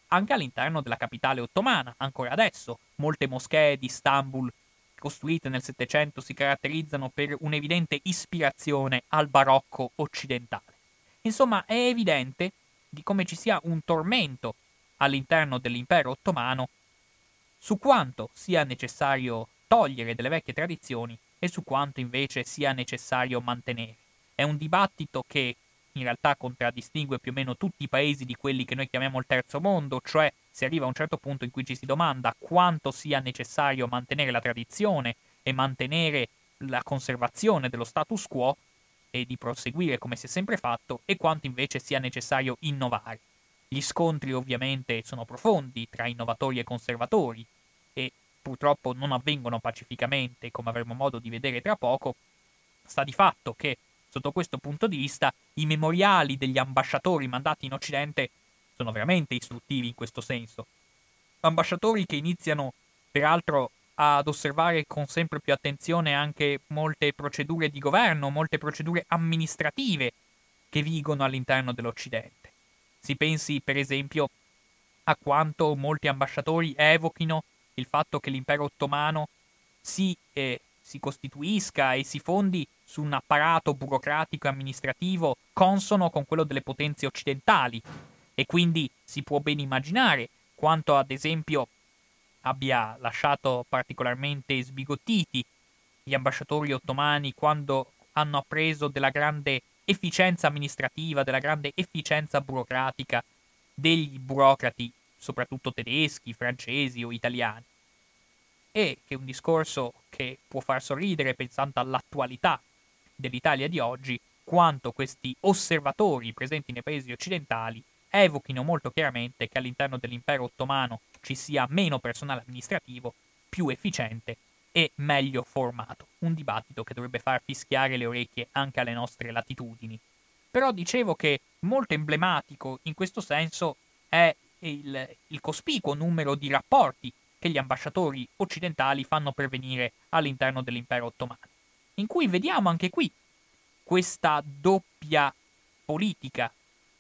anche all'interno della capitale ottomana, ancora adesso. Molte moschee di Istanbul costruite nel Settecento si caratterizzano per un'evidente ispirazione al barocco occidentale. Insomma, è evidente di come ci sia un tormento all'interno dell'impero ottomano su quanto sia necessario togliere delle vecchie tradizioni e su quanto invece sia necessario mantenere. È un dibattito che in realtà contraddistingue più o meno tutti i paesi di quelli che noi chiamiamo il terzo mondo, cioè si arriva a un certo punto in cui ci si domanda quanto sia necessario mantenere la tradizione e mantenere la conservazione dello status quo e di proseguire come si è sempre fatto, e quanto invece sia necessario innovare. Gli scontri ovviamente sono profondi tra innovatori e conservatori e purtroppo non avvengono pacificamente, come avremo modo di vedere tra poco. Sta di fatto che, sotto questo punto di vista, i memoriali degli ambasciatori mandati in Occidente sono veramente istruttivi in questo senso. Ambasciatori che iniziano, peraltro, ad osservare con sempre più attenzione anche molte procedure di governo, molte procedure amministrative che vigono all'interno dell'Occidente. Si pensi, per esempio, a quanto molti ambasciatori evochino il fatto che l'impero ottomano si, eh, si costituisca e si fondi su un apparato burocratico e amministrativo consono con quello delle potenze occidentali, e quindi si può ben immaginare quanto, ad esempio, abbia lasciato particolarmente sbigottiti gli ambasciatori ottomani quando hanno appreso della grande efficienza amministrativa, della grande efficienza burocratica degli burocrati, soprattutto tedeschi, francesi o italiani. E che è un discorso che può far sorridere pensando all'attualità dell'Italia di oggi, quanto questi osservatori presenti nei paesi occidentali evochino molto chiaramente che all'interno dell'impero ottomano ci sia meno personale amministrativo, più efficiente e meglio formato. Un dibattito che dovrebbe far fischiare le orecchie anche alle nostre latitudini. Però dicevo che molto emblematico in questo senso è il, il cospicuo numero di rapporti che gli ambasciatori occidentali fanno pervenire all'interno dell'impero ottomano, in cui vediamo anche qui questa doppia politica,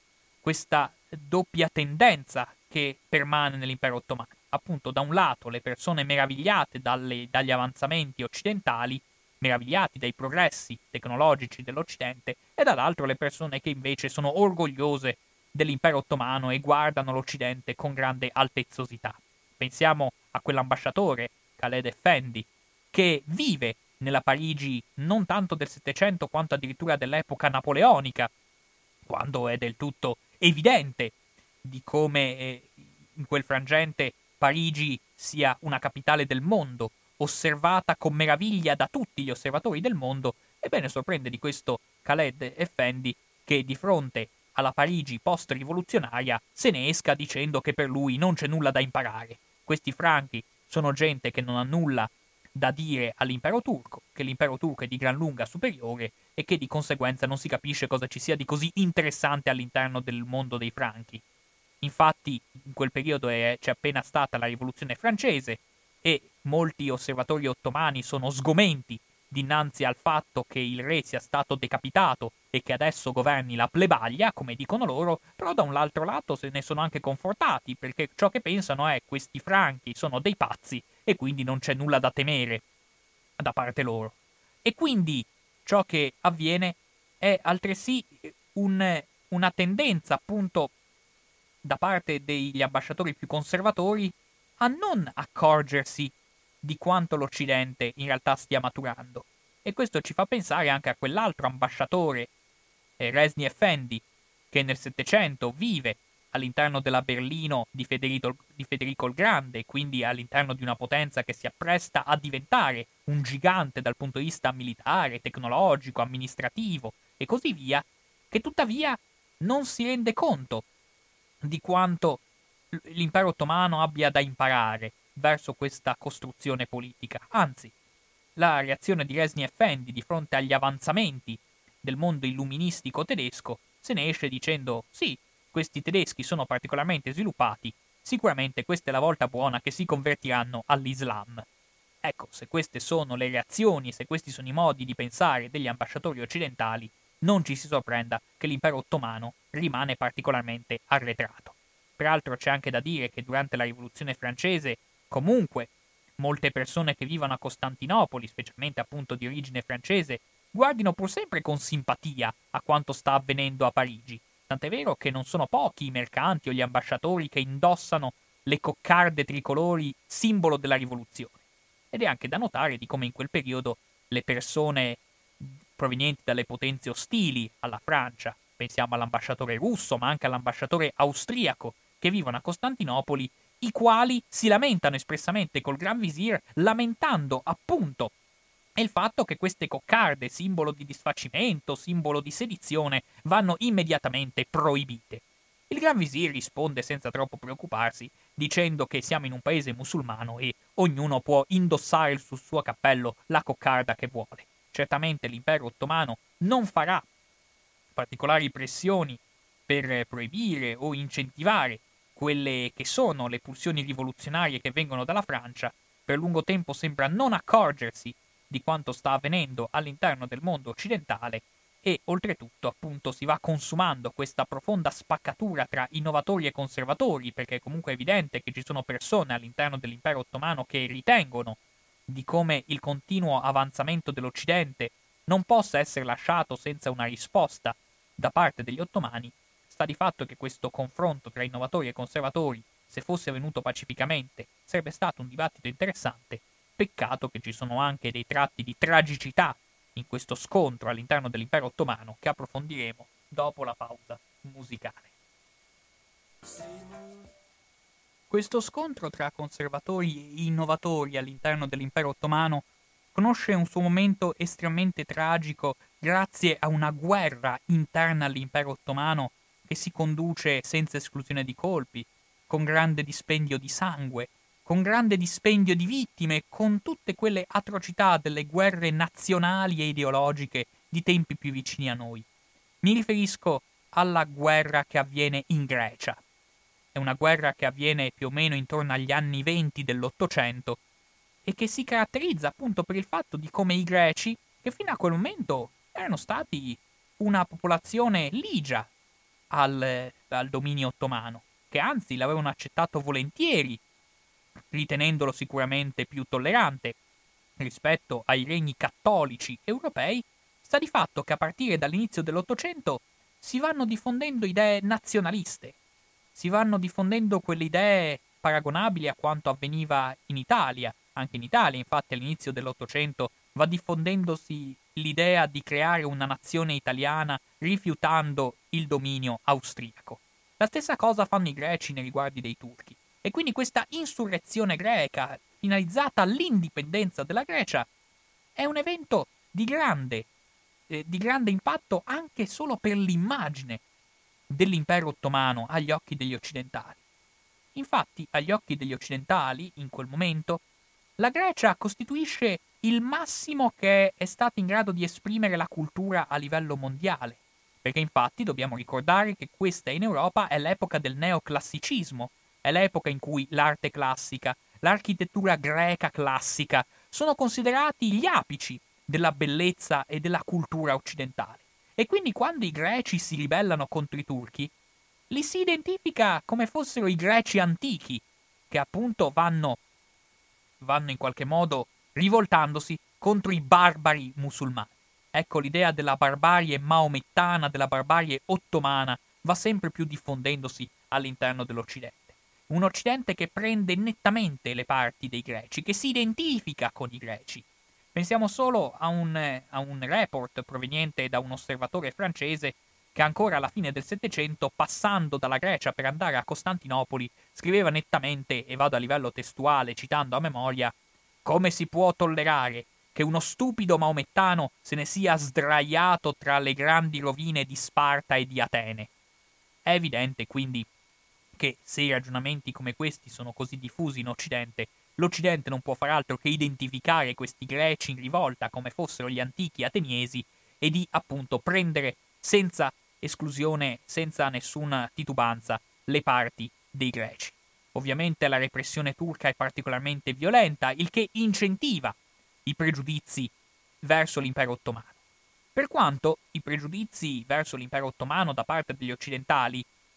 questa doppia tendenza che permane nell'impero ottomano. Appunto, da un lato le persone meravigliate dalle, dagli avanzamenti occidentali, meravigliati dai progressi tecnologici dell'Occidente, e dall'altro le persone che invece sono orgogliose dell'impero ottomano e guardano l'Occidente con grande altezzosità. Pensiamo a quell'ambasciatore, Khaled Effendi, che vive nella Parigi non tanto del Settecento quanto addirittura dell'epoca napoleonica, quando è del tutto evidente di come eh, in quel frangente Parigi sia una capitale del mondo, osservata con meraviglia da tutti gli osservatori del mondo. Ebbene, sorprende di questo Khaled Effendi che di fronte alla Parigi post-rivoluzionaria se ne esca dicendo che per lui non c'è nulla da imparare. Questi franchi sono gente che non ha nulla da dire all'impero turco, che l'impero turco è di gran lunga superiore e che di conseguenza non si capisce cosa ci sia di così interessante all'interno del mondo dei franchi. Infatti in quel periodo è, c'è appena stata la rivoluzione francese e molti osservatori ottomani sono sgomenti dinanzi al fatto che il re sia stato decapitato e che adesso governi la plebaglia, come dicono loro, però da un altro lato se ne sono anche confortati, perché ciò che pensano è questi franchi sono dei pazzi e quindi non c'è nulla da temere da parte loro. E quindi ciò che avviene è altresì un, una tendenza appunto da parte degli ambasciatori più conservatori a non accorgersi di quanto l'Occidente in realtà stia maturando. E questo ci fa pensare anche a quell'altro ambasciatore, eh, Resni Effendi, che nel Settecento vive all'interno della Berlino di Federico, di Federico il Grande, quindi all'interno di una potenza che si appresta a diventare un gigante dal punto di vista militare, tecnologico, amministrativo e così via, che tuttavia non si rende conto di quanto l'impero ottomano abbia da imparare verso questa costruzione politica. Anzi, la reazione di Resni Effendi di fronte agli avanzamenti del mondo illuministico tedesco se ne esce dicendo sì, questi tedeschi sono particolarmente sviluppati, sicuramente questa è la volta buona che si convertiranno all'Islam. Ecco, se queste sono le reazioni, se questi sono i modi di pensare degli ambasciatori occidentali, non ci si sorprenda che l'impero ottomano rimane particolarmente arretrato. Peraltro c'è anche da dire che durante la rivoluzione francese, comunque, molte persone che vivono a Costantinopoli, specialmente appunto di origine francese, guardino pur sempre con simpatia a quanto sta avvenendo a Parigi. Tant'è vero che non sono pochi i mercanti o gli ambasciatori che indossano le coccarde tricolori, simbolo della rivoluzione. Ed è anche da notare di come in quel periodo le persone provenienti dalle potenze ostili alla Francia, pensiamo all'ambasciatore russo, ma anche all'ambasciatore austriaco, che vivono a Costantinopoli, i quali si lamentano espressamente col Gran Visir, lamentando appunto il fatto che queste coccarde, simbolo di disfacimento, simbolo di sedizione, vanno immediatamente proibite. Il Gran Visir risponde senza troppo preoccuparsi, dicendo che siamo in un paese musulmano e ognuno può indossare sul suo cappello la coccarda che vuole. Certamente l'impero ottomano non farà particolari pressioni per proibire o incentivare quelle che sono le pulsioni rivoluzionarie che vengono dalla Francia. Per lungo tempo sembra non accorgersi di quanto sta avvenendo all'interno del mondo occidentale e oltretutto appunto si va consumando questa profonda spaccatura tra innovatori e conservatori, perché è comunque evidente che ci sono persone all'interno dell'impero ottomano che ritengono di come il continuo avanzamento dell'Occidente non possa essere lasciato senza una risposta da parte degli ottomani. Sta di fatto che questo confronto tra innovatori e conservatori, se fosse avvenuto pacificamente, sarebbe stato un dibattito interessante. Peccato che ci sono anche dei tratti di tragicità in questo scontro all'interno dell'impero ottomano che approfondiremo dopo la pausa musicale. Questo scontro tra conservatori e innovatori all'interno dell'impero ottomano conosce un suo momento estremamente tragico grazie a una guerra interna all'impero ottomano che si conduce senza esclusione di colpi, con grande dispendio di sangue, con grande dispendio di vittime, con tutte quelle atrocità delle guerre nazionali e ideologiche di tempi più vicini a noi. Mi riferisco alla guerra che avviene in Grecia. È una guerra che avviene più o meno intorno agli anni venti dell'Ottocento e che si caratterizza appunto per il fatto di come i greci, che fino a quel momento erano stati una popolazione ligia al, al dominio ottomano, che anzi l'avevano accettato volentieri, ritenendolo sicuramente più tollerante rispetto ai regni cattolici europei, sta di fatto che a partire dall'inizio dell'Ottocento si vanno diffondendo idee nazionaliste, si vanno diffondendo quelle idee paragonabili a quanto avveniva in Italia. Anche in Italia, infatti, all'inizio dell'Ottocento va diffondendosi l'idea di creare una nazione italiana rifiutando il dominio austriaco. La stessa cosa fanno i greci nei riguardi dei turchi. E quindi questa insurrezione greca, finalizzata all'indipendenza della Grecia, è un evento di grande, eh, di grande impatto anche solo per l'immagine dell'impero ottomano agli occhi degli occidentali. Infatti, agli occhi degli occidentali, in quel momento, la Grecia costituisce il massimo che è stato in grado di esprimere la cultura a livello mondiale, perché infatti dobbiamo ricordare che questa in Europa è l'epoca del neoclassicismo, è l'epoca in cui l'arte classica, l'architettura greca classica sono considerati gli apici della bellezza e della cultura occidentale. E quindi quando i greci si ribellano contro i turchi, li si identifica come fossero i greci antichi, che appunto vanno, vanno in qualche modo rivoltandosi contro i barbari musulmani. Ecco, l'idea della barbarie maomettana, della barbarie ottomana, va sempre più diffondendosi all'interno dell'Occidente. Un Occidente che prende nettamente le parti dei greci, che si identifica con i greci. Pensiamo solo a un, a un report proveniente da un osservatore francese che ancora alla fine del Settecento, passando dalla Grecia per andare a Costantinopoli, scriveva nettamente, e vado a livello testuale citando a memoria, come si può tollerare che uno stupido maomettano se ne sia sdraiato tra le grandi rovine di Sparta e di Atene. È evidente quindi che se i ragionamenti come questi sono così diffusi in Occidente, l'Occidente non può far altro che identificare questi greci in rivolta come fossero gli antichi ateniesi e di appunto prendere senza esclusione, senza nessuna titubanza, le parti dei greci. Ovviamente la repressione turca è particolarmente violenta, il che incentiva i pregiudizi verso l'impero ottomano. Per quanto i pregiudizi verso l'impero ottomano da parte degli occidentali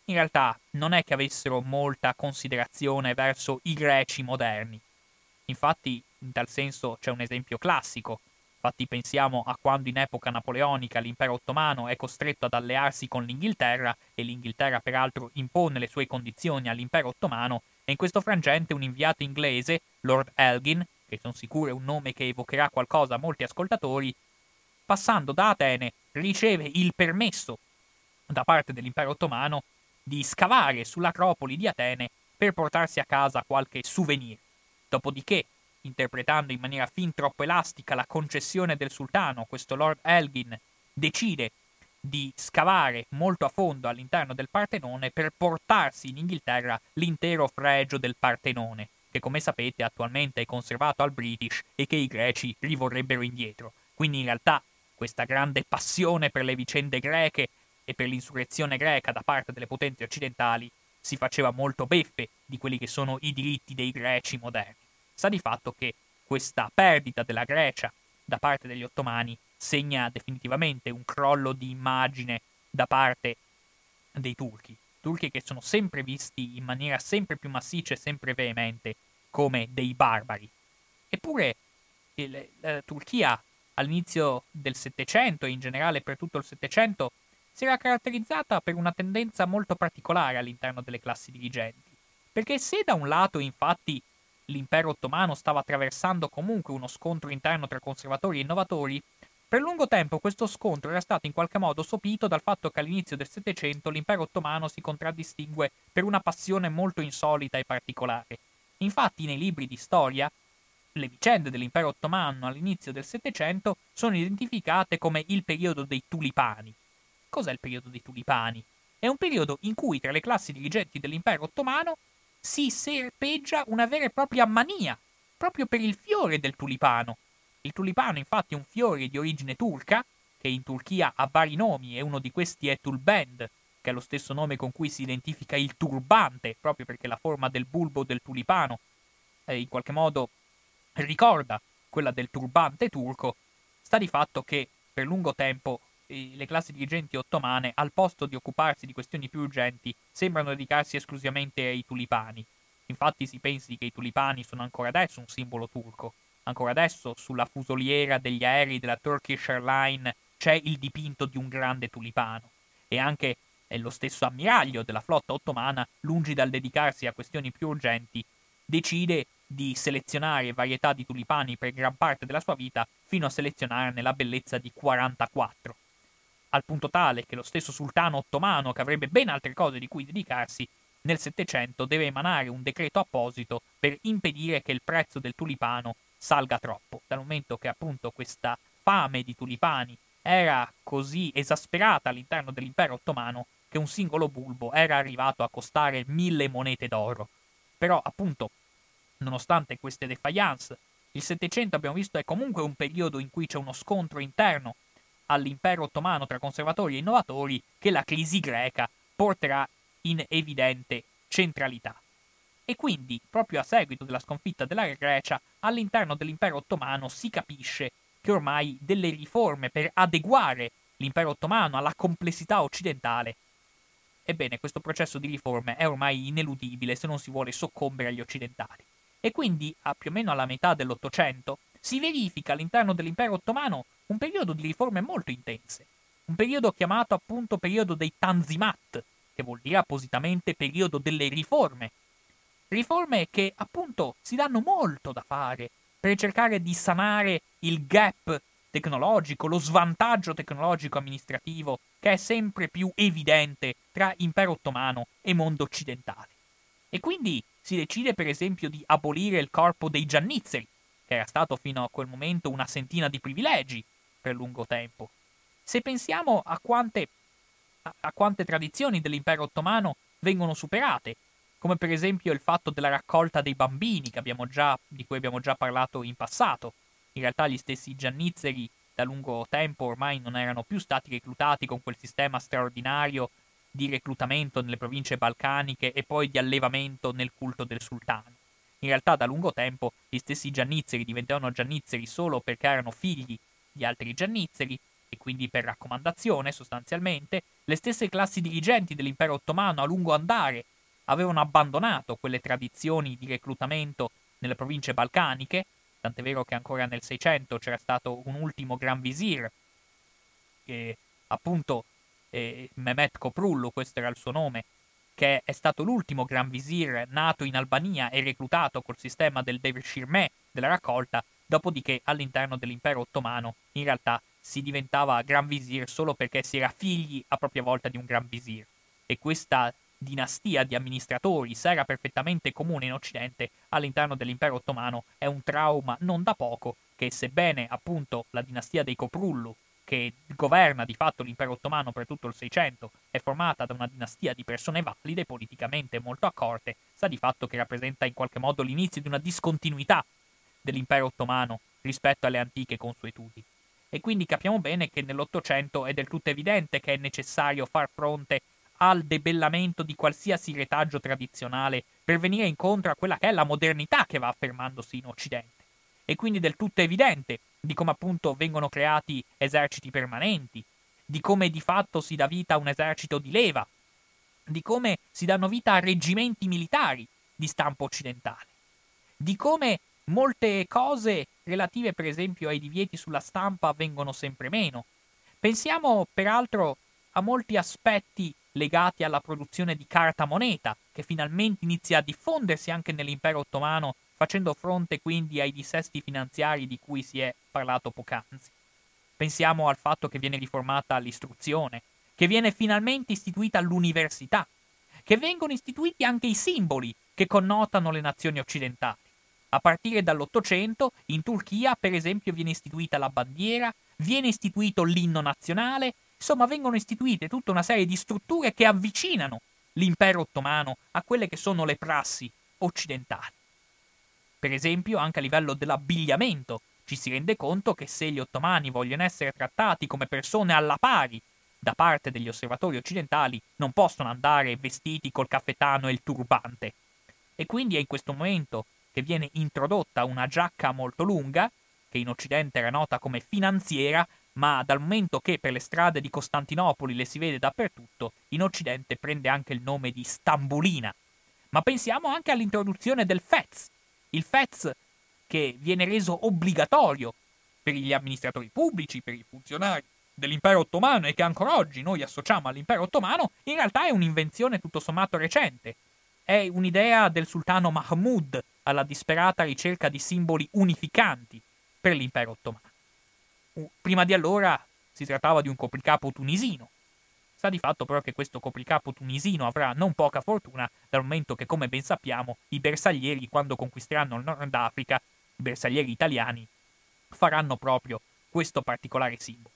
in realtà non è che avessero molta considerazione verso i greci moderni. Infatti, in tal senso c'è un esempio classico. Infatti pensiamo a quando in epoca napoleonica l'impero ottomano è costretto ad allearsi con l'Inghilterra e l'Inghilterra peraltro impone le sue condizioni all'impero ottomano e in questo frangente un inviato inglese, Lord Elgin, che sono sicuro è un nome che evocherà qualcosa a molti ascoltatori, passando da Atene riceve il permesso da parte dell'impero ottomano di scavare sull'acropoli di Atene per portarsi a casa qualche souvenir. Dopodiché, interpretando in maniera fin troppo elastica la concessione del sultano, questo Lord Elgin decide di scavare molto a fondo all'interno del Partenone per portarsi in Inghilterra l'intero fregio del Partenone, che come sapete attualmente è conservato al British e che i greci rivorrebbero indietro. Quindi in realtà questa grande passione per le vicende greche e per l'insurrezione greca da parte delle potenze occidentali si faceva molto beffe di quelli che sono i diritti dei greci moderni. Sta di fatto che questa perdita della Grecia da parte degli ottomani segna definitivamente un crollo di immagine da parte dei turchi, turchi che sono sempre visti in maniera sempre più massiccia e sempre veemente come dei barbari. Eppure il, la Turchia all'inizio del Settecento e in generale per tutto il Settecento si era caratterizzata per una tendenza molto particolare all'interno delle classi dirigenti, perché se da un lato infatti l'impero ottomano stava attraversando comunque uno scontro interno tra conservatori e innovatori, per lungo tempo questo scontro era stato in qualche modo sopito dal fatto che all'inizio del Settecento l'impero ottomano si contraddistingue per una passione molto insolita e particolare. Infatti nei libri di storia le vicende dell'impero ottomano all'inizio del Settecento sono identificate come il periodo dei tulipani. Cos'è il periodo dei tulipani? È un periodo in cui tra le classi dirigenti dell'impero ottomano si serpeggia una vera e propria mania, proprio per il fiore del tulipano. Il tulipano infatti è un fiore di origine turca, che in Turchia ha vari nomi e uno di questi è tulband, che è lo stesso nome con cui si identifica il turbante, proprio perché la forma del bulbo del tulipano eh, in qualche modo ricorda quella del turbante turco. Sta di fatto che per lungo tempo eh, le classi dirigenti ottomane, al posto di occuparsi di questioni più urgenti, sembrano dedicarsi esclusivamente ai tulipani. Infatti si pensi che i tulipani sono ancora adesso un simbolo turco. Ancora adesso sulla fusoliera degli aerei della Turkish Airlines c'è il dipinto di un grande tulipano. E anche eh, lo stesso ammiraglio della flotta ottomana, lungi dal dedicarsi a questioni più urgenti, decide di selezionare varietà di tulipani per gran parte della sua vita, fino a selezionarne la bellezza di quarantaquattro. Al punto tale che lo stesso sultano ottomano, che avrebbe ben altre cose di cui dedicarsi, nel Settecento deve emanare un decreto apposito per impedire che il prezzo del tulipano salga troppo, dal momento che appunto questa fame di tulipani era così esasperata all'interno dell'impero ottomano che un singolo bulbo era arrivato a costare mille monete d'oro. Però appunto, nonostante queste defiance, il Settecento abbiamo visto è comunque un periodo in cui c'è uno scontro interno all'impero ottomano tra conservatori e innovatori che la crisi greca porterà in evidente centralità. E quindi, proprio a seguito della sconfitta della Grecia, all'interno dell'impero ottomano si capisce che ormai delle riforme per adeguare l'impero ottomano alla complessità occidentale, ebbene, questo processo di riforme è ormai ineludibile se non si vuole soccombere agli occidentali. E quindi, a più o meno alla metà dell'Ottocento, si verifica all'interno dell'impero ottomano un periodo di riforme molto intense, un periodo chiamato appunto periodo dei Tanzimat, che vuol dire appositamente periodo delle riforme. Riforme che appunto si danno molto da fare per cercare di sanare il gap tecnologico, lo svantaggio tecnologico amministrativo che è sempre più evidente tra impero ottomano e mondo occidentale. E quindi si decide per esempio di abolire il corpo dei giannizzeri, che era stato fino a quel momento una sentina di privilegi per lungo tempo. Se pensiamo a quante, a, a quante tradizioni dell'impero ottomano vengono superate, come per esempio il fatto della raccolta dei bambini che abbiamo già, di cui abbiamo già parlato in passato. In realtà gli stessi giannizzeri da lungo tempo ormai non erano più stati reclutati con quel sistema straordinario di reclutamento nelle province balcaniche e poi di allevamento nel culto del sultano. In realtà da lungo tempo gli stessi giannizzeri diventavano giannizzeri solo perché erano figli di altri giannizzeri e quindi per raccomandazione sostanzialmente, le stesse classi dirigenti dell'impero ottomano a lungo andare avevano abbandonato quelle tradizioni di reclutamento nelle province balcaniche, tant'è vero che ancora nel Seicento c'era stato un ultimo gran visir, che appunto eh, Mehmet Koprullu, questo era il suo nome, che è stato l'ultimo gran visir nato in Albania e reclutato col sistema del Devshirme della raccolta, dopodiché all'interno dell'impero ottomano in realtà si diventava gran visir solo perché si era figli a propria volta di un gran visir. E questa dinastia di amministratori, se era perfettamente comune in Occidente, all'interno dell'impero ottomano è un trauma non da poco che, sebbene appunto la dinastia dei Koprullu, che governa di fatto l'impero ottomano per tutto il Seicento, è formata da una dinastia di persone valide, politicamente molto accorte, sta di fatto che rappresenta in qualche modo l'inizio di una discontinuità dell'impero ottomano rispetto alle antiche consuetudini. E quindi capiamo bene che nell'Ottocento è del tutto evidente che è necessario far fronte al debellamento di qualsiasi retaggio tradizionale per venire incontro a quella che è la modernità che va affermandosi in Occidente. E quindi del tutto evidente di come appunto vengono creati eserciti permanenti, di come di fatto si dà vita a un esercito di leva, di come si danno vita a reggimenti militari di stampo occidentale, di come molte cose relative per esempio ai divieti sulla stampa avvengono sempre meno. Pensiamo peraltro a molti aspetti legati alla produzione di carta moneta, che finalmente inizia a diffondersi anche nell'impero ottomano, facendo fronte quindi ai dissesti finanziari di cui si è parlato poc'anzi. Pensiamo al fatto che viene riformata l'istruzione, che viene finalmente istituita l'università, che vengono istituiti anche i simboli che connotano le nazioni occidentali. A partire dall'Ottocento, in Turchia, per esempio, viene istituita la bandiera, viene istituito l'inno nazionale, insomma vengono istituite tutta una serie di strutture che avvicinano l'impero ottomano a quelle che sono le prassi occidentali. Per esempio, anche a livello dell'abbigliamento, ci si rende conto che se gli ottomani vogliono essere trattati come persone alla pari da parte degli osservatori occidentali, non possono andare vestiti col caffettano e il turbante. E quindi è in questo momento che viene introdotta una giacca molto lunga, che in Occidente era nota come finanziera, ma dal momento che per le strade di Costantinopoli le si vede dappertutto, in Occidente prende anche il nome di stambulina. Ma pensiamo anche all'introduzione del fez, il fez che viene reso obbligatorio per gli amministratori pubblici, per i funzionari dell'impero ottomano e che ancora oggi noi associamo all'impero ottomano, in realtà è un'invenzione tutto sommato recente. È un'idea del sultano Mahmud alla disperata ricerca di simboli unificanti per l'impero ottomano. Prima di allora si trattava di un copricapo tunisino. Sta di fatto però che questo copricapo tunisino avrà non poca fortuna, dal momento che, come ben sappiamo, i bersaglieri, quando conquisteranno il Nord Africa, i bersaglieri italiani, faranno proprio questo particolare simbolo.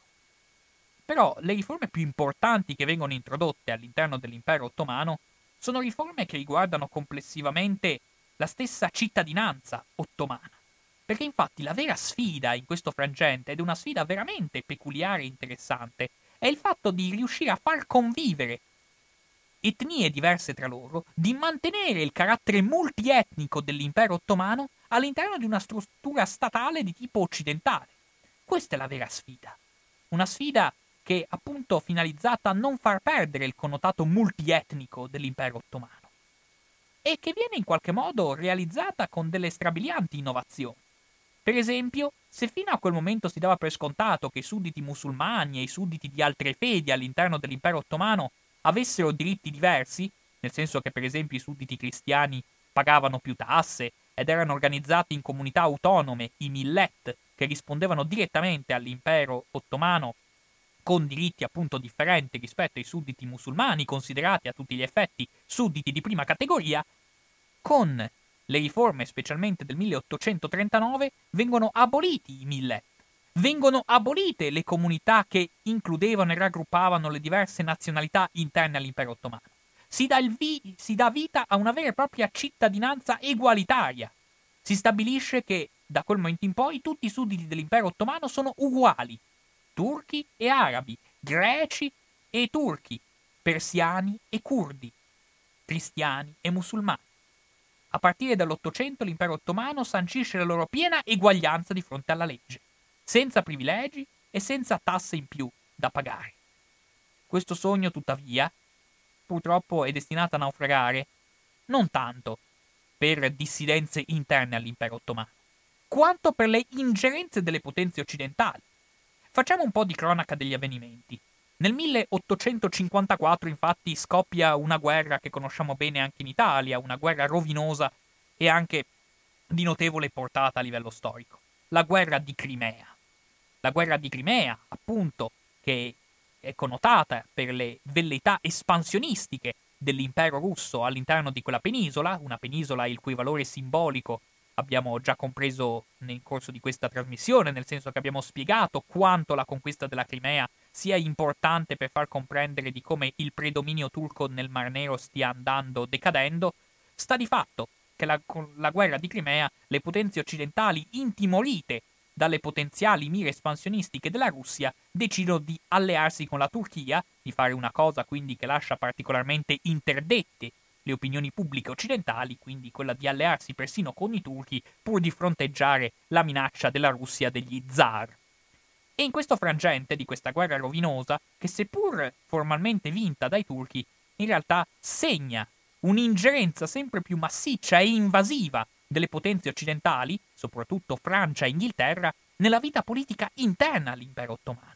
Però le riforme più importanti che vengono introdotte all'interno dell'impero ottomano sono riforme che riguardano complessivamente la stessa cittadinanza ottomana. Perché infatti la vera sfida in questo frangente, ed è una sfida veramente peculiare e interessante, è il fatto di riuscire a far convivere etnie diverse tra loro, di mantenere il carattere multietnico dell'impero ottomano all'interno di una struttura statale di tipo occidentale. Questa è la vera sfida. Una sfida che appunto finalizzata a non far perdere il connotato multietnico dell'impero ottomano e che viene in qualche modo realizzata con delle strabilianti innovazioni. Per esempio, se fino a quel momento si dava per scontato che i sudditi musulmani e i sudditi di altre fedi all'interno dell'impero ottomano avessero diritti diversi, nel senso che per esempio i sudditi cristiani pagavano più tasse ed erano organizzati in comunità autonome, i millet, che rispondevano direttamente all'impero ottomano con diritti appunto differenti rispetto ai sudditi musulmani, considerati a tutti gli effetti sudditi di prima categoria, con le riforme, specialmente del milleottocentotrentanove, vengono aboliti i millet. Vengono abolite le comunità che includevano e raggruppavano le diverse nazionalità interne all'impero ottomano. Si dà, il vi- si dà vita a una vera e propria cittadinanza egualitaria. Si stabilisce che da quel momento in poi tutti i sudditi dell'impero ottomano sono uguali. Turchi e arabi, greci e turchi, persiani e curdi, cristiani e musulmani. A partire dall'Ottocento l'impero ottomano sancisce la loro piena eguaglianza di fronte alla legge, senza privilegi e senza tasse in più da pagare. Questo sogno, tuttavia, purtroppo è destinato a naufragare non tanto per dissidenze interne all'impero ottomano, quanto per le ingerenze delle potenze occidentali. Facciamo un po' di cronaca degli avvenimenti. Nel milleottocentocinquantaquattro, infatti, scoppia una guerra che conosciamo bene anche in Italia, una guerra rovinosa e anche di notevole portata a livello storico. La guerra di Crimea. La guerra di Crimea, appunto, che è connotata per le velleità espansionistiche dell'impero russo all'interno di quella penisola, una penisola il cui valore simbolico abbiamo già compreso nel corso di questa trasmissione, nel senso che abbiamo spiegato quanto la conquista della Crimea sia importante per far comprendere di come il predominio turco nel Mar Nero stia andando decadendo. Sta di fatto che la, con la guerra di Crimea le potenze occidentali, intimorite dalle potenziali mire espansionistiche della Russia, decidono di allearsi con la Turchia, di fare una cosa quindi che lascia particolarmente interdette le opinioni pubbliche occidentali, quindi quella di allearsi persino con i turchi pur di fronteggiare la minaccia della Russia degli zar. E in questo frangente di questa guerra rovinosa, che seppur formalmente vinta dai turchi, in realtà segna un'ingerenza sempre più massiccia e invasiva delle potenze occidentali, soprattutto Francia e Inghilterra, nella vita politica interna all'impero ottomano.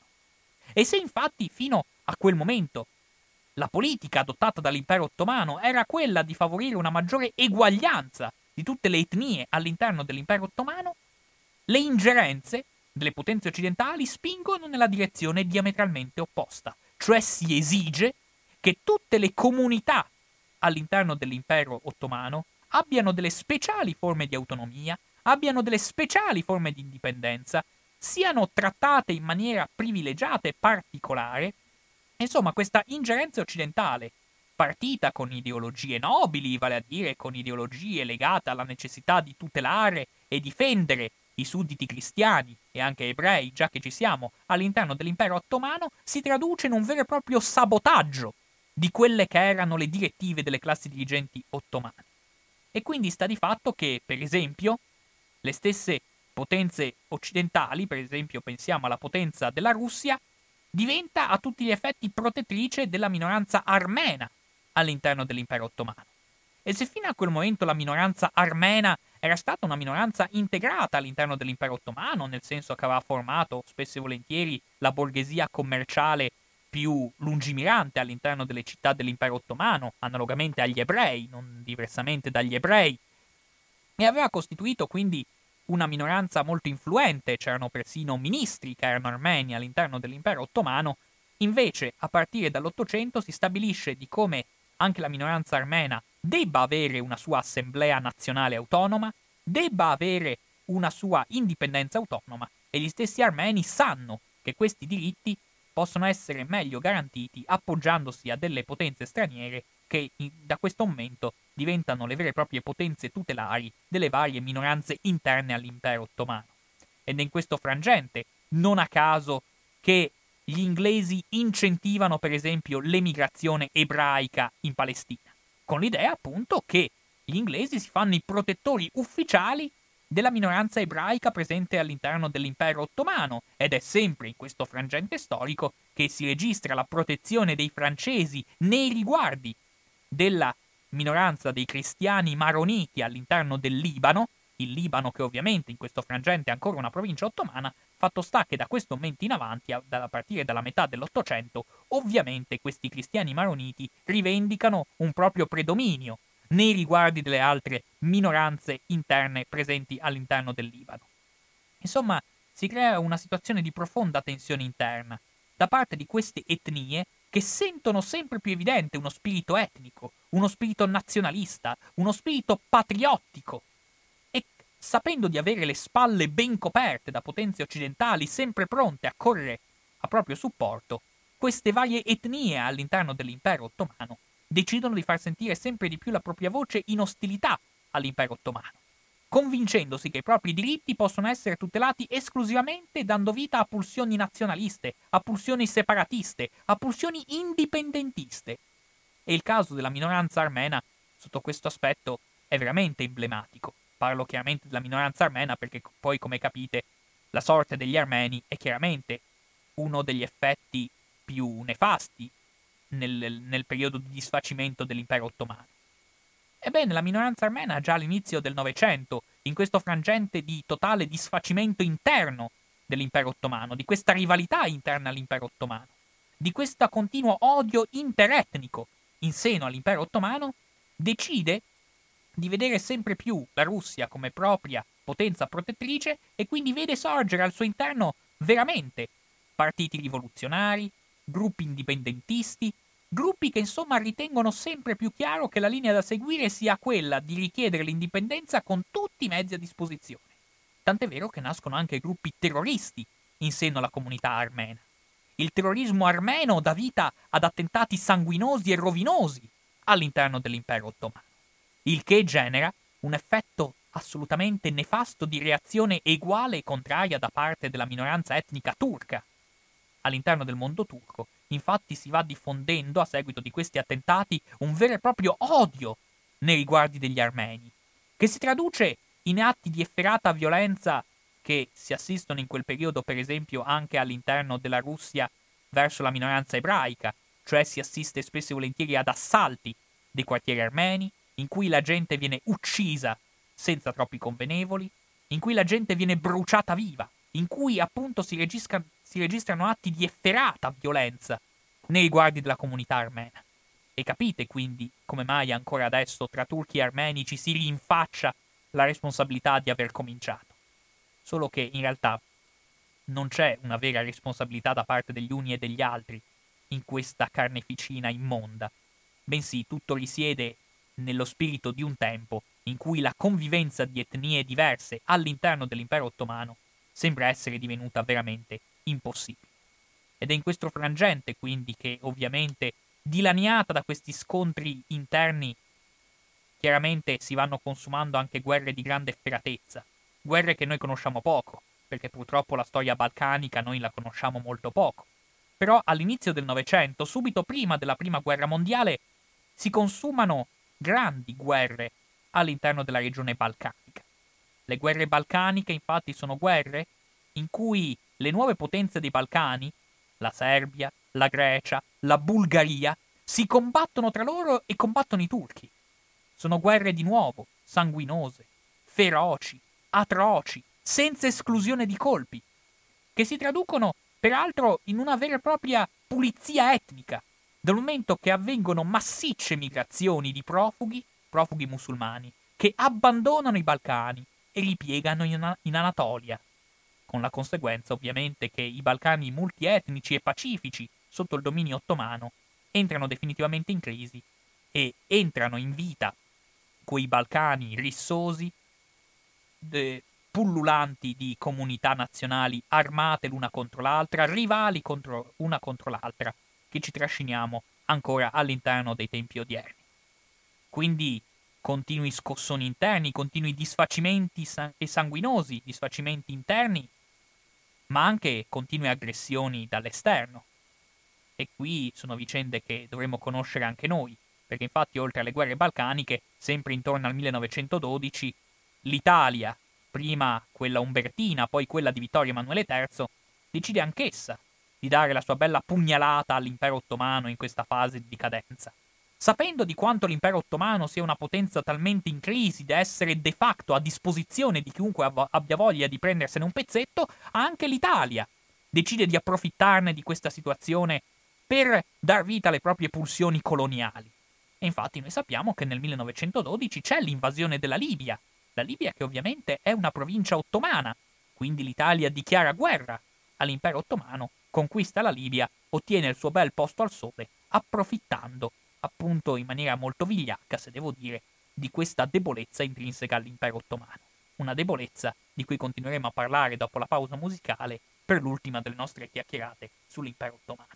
E se infatti fino a quel momento la politica adottata dall'impero ottomano era quella di favorire una maggiore eguaglianza di tutte le etnie all'interno dell'impero ottomano, le ingerenze delle potenze occidentali spingono nella direzione diametralmente opposta, cioè si esige che tutte le comunità all'interno dell'impero ottomano abbiano delle speciali forme di autonomia, abbiano delle speciali forme di indipendenza, siano trattate in maniera privilegiata e particolare. Insomma, questa ingerenza occidentale, partita con ideologie nobili, vale a dire con ideologie legate alla necessità di tutelare e difendere i sudditi cristiani e anche ebrei, già che ci siamo, all'interno dell'impero ottomano, si traduce in un vero e proprio sabotaggio di quelle che erano le direttive delle classi dirigenti ottomane. E quindi sta di fatto che, per esempio, le stesse potenze occidentali, per esempio pensiamo alla potenza della Russia, diventa a tutti gli effetti protettrice della minoranza armena all'interno dell'impero ottomano. E se fino a quel momento la minoranza armena era stata una minoranza integrata all'interno dell'impero ottomano, nel senso che aveva formato spesso e volentieri la borghesia commerciale più lungimirante all'interno delle città dell'impero ottomano, analogamente agli ebrei, non diversamente dagli ebrei, e aveva costituito quindi una minoranza molto influente, c'erano persino ministri che erano armeni all'interno dell'impero ottomano. Invece, a partire dall'Ottocento si stabilisce di come anche la minoranza armena debba avere una sua assemblea nazionale autonoma, debba avere una sua indipendenza autonoma, e gli stessi armeni sanno che questi diritti possono essere meglio garantiti appoggiandosi a delle potenze straniere che in, da questo momento diventano le vere e proprie potenze tutelari delle varie minoranze interne all'impero ottomano. Ed è in questo frangente, non a caso, che gli inglesi incentivano per esempio l'emigrazione ebraica in Palestina, con l'idea appunto che gli inglesi si fanno i protettori ufficiali della minoranza ebraica presente all'interno dell'impero ottomano, ed è sempre in questo frangente storico che si registra la protezione dei francesi nei riguardi della minoranza dei cristiani maroniti all'interno del Libano, il Libano che ovviamente in questo frangente è ancora una provincia ottomana. Fatto sta che da questo momento in avanti, a partire dalla metà dell'Ottocento, ovviamente questi cristiani maroniti rivendicano un proprio predominio nei riguardi delle altre minoranze interne presenti all'interno del Libano. Insomma, si crea una situazione di profonda tensione interna da parte di queste etnie che sentono sempre più evidente uno spirito etnico, uno spirito nazionalista, uno spirito patriottico, e sapendo di avere le spalle ben coperte da potenze occidentali sempre pronte a correre a proprio supporto, queste varie etnie all'interno dell'impero ottomano decidono di far sentire sempre di più la propria voce in ostilità all'impero ottomano, convincendosi che i propri diritti possono essere tutelati esclusivamente dando vita a pulsioni nazionaliste, a pulsioni separatiste, a pulsioni indipendentiste. E il caso della minoranza armena, sotto questo aspetto, è veramente emblematico. Parlo chiaramente della minoranza armena perché poi, come capite, la sorte degli armeni è chiaramente uno degli effetti più nefasti nel, nel periodo di disfacimento dell'impero ottomano. Ebbene, la minoranza armena già all'inizio del Novecento, in questo frangente di totale disfacimento interno dell'impero ottomano, di questa rivalità interna all'impero ottomano, di questo continuo odio interetnico in seno all'impero ottomano, decide di vedere sempre più la Russia come propria potenza protettrice e quindi vede sorgere al suo interno veramente partiti rivoluzionari, gruppi indipendentisti, gruppi che insomma ritengono sempre più chiaro che la linea da seguire sia quella di richiedere l'indipendenza con tutti i mezzi a disposizione. Tant'è vero che nascono anche gruppi terroristi in seno alla comunità armena. Il terrorismo armeno dà vita ad attentati sanguinosi e rovinosi all'interno dell'impero ottomano, il che genera un effetto assolutamente nefasto di reazione eguale e contraria da parte della minoranza etnica turca. All'interno del mondo turco, infatti, si va diffondendo, a seguito di questi attentati, un vero e proprio odio nei riguardi degli armeni, che si traduce in atti di efferata violenza che si assistono in quel periodo, per esempio, anche all'interno della Russia verso la minoranza ebraica, cioè si assiste spesso e volentieri ad assalti dei quartieri armeni, in cui la gente viene uccisa senza troppi convenevoli, in cui la gente viene bruciata viva, in cui appunto si, registra- si registrano atti di efferata violenza nei riguardi della comunità armena. E capite quindi come mai ancora adesso tra turchi e armeni ci si rinfaccia la responsabilità di aver cominciato. Solo che in realtà non c'è una vera responsabilità da parte degli uni e degli altri in questa carneficina immonda, bensì tutto risiede nello spirito di un tempo in cui la convivenza di etnie diverse all'interno dell'impero ottomano sembra essere divenuta veramente impossibile. Ed è in questo frangente, quindi, che ovviamente, dilaniata da questi scontri interni, chiaramente si vanno consumando anche guerre di grande efferatezza, guerre che noi conosciamo poco, perché purtroppo la storia balcanica noi la conosciamo molto poco. Però all'inizio del Novecento, subito prima della Prima Guerra Mondiale, si consumano grandi guerre all'interno della regione balcanica. Le guerre balcaniche, infatti, sono guerre in cui le nuove potenze dei Balcani, la Serbia, la Grecia, la Bulgaria, si combattono tra loro e combattono i turchi. Sono guerre di nuovo, sanguinose, feroci, atroci, senza esclusione di colpi, che si traducono peraltro in una vera e propria pulizia etnica, dal momento che avvengono massicce migrazioni di profughi, profughi musulmani, che abbandonano i Balcani e ripiegano in, in Anatolia, con la conseguenza ovviamente che i Balcani multietnici e pacifici sotto il dominio ottomano entrano definitivamente in crisi e entrano in vita quei Balcani rissosi, de, pullulanti di comunità nazionali armate l'una contro l'altra, rivali contro una contro l'altra, che ci trasciniamo ancora all'interno dei tempi odierni. Quindi continui scossoni interni, continui disfacimenti san- e sanguinosi, disfacimenti interni, ma anche continue aggressioni dall'esterno. E qui sono vicende che dovremmo conoscere anche noi, perché infatti oltre alle guerre balcaniche, sempre intorno al millenovecentododici, l'Italia, prima quella umbertina, poi quella di Vittorio Emanuele terzo, decide anch'essa di dare la sua bella pugnalata all'impero ottomano in questa fase di dicadenza. Sapendo di quanto l'impero ottomano sia una potenza talmente in crisi da essere de facto a disposizione di chiunque av- abbia voglia di prendersene un pezzetto, anche l'Italia decide di approfittarne di questa situazione per dar vita alle proprie pulsioni coloniali. E infatti noi sappiamo che nel millenovecentododici c'è l'invasione della Libia, la Libia che ovviamente è una provincia ottomana, quindi l'Italia dichiara guerra all'impero ottomano, conquista la Libia, ottiene il suo bel posto al sole, approfittando appunto in maniera molto vigliacca, se devo dire, di questa debolezza intrinseca all'impero ottomano. Una debolezza di cui continueremo a parlare dopo la pausa musicale per l'ultima delle nostre chiacchierate sull'impero ottomano.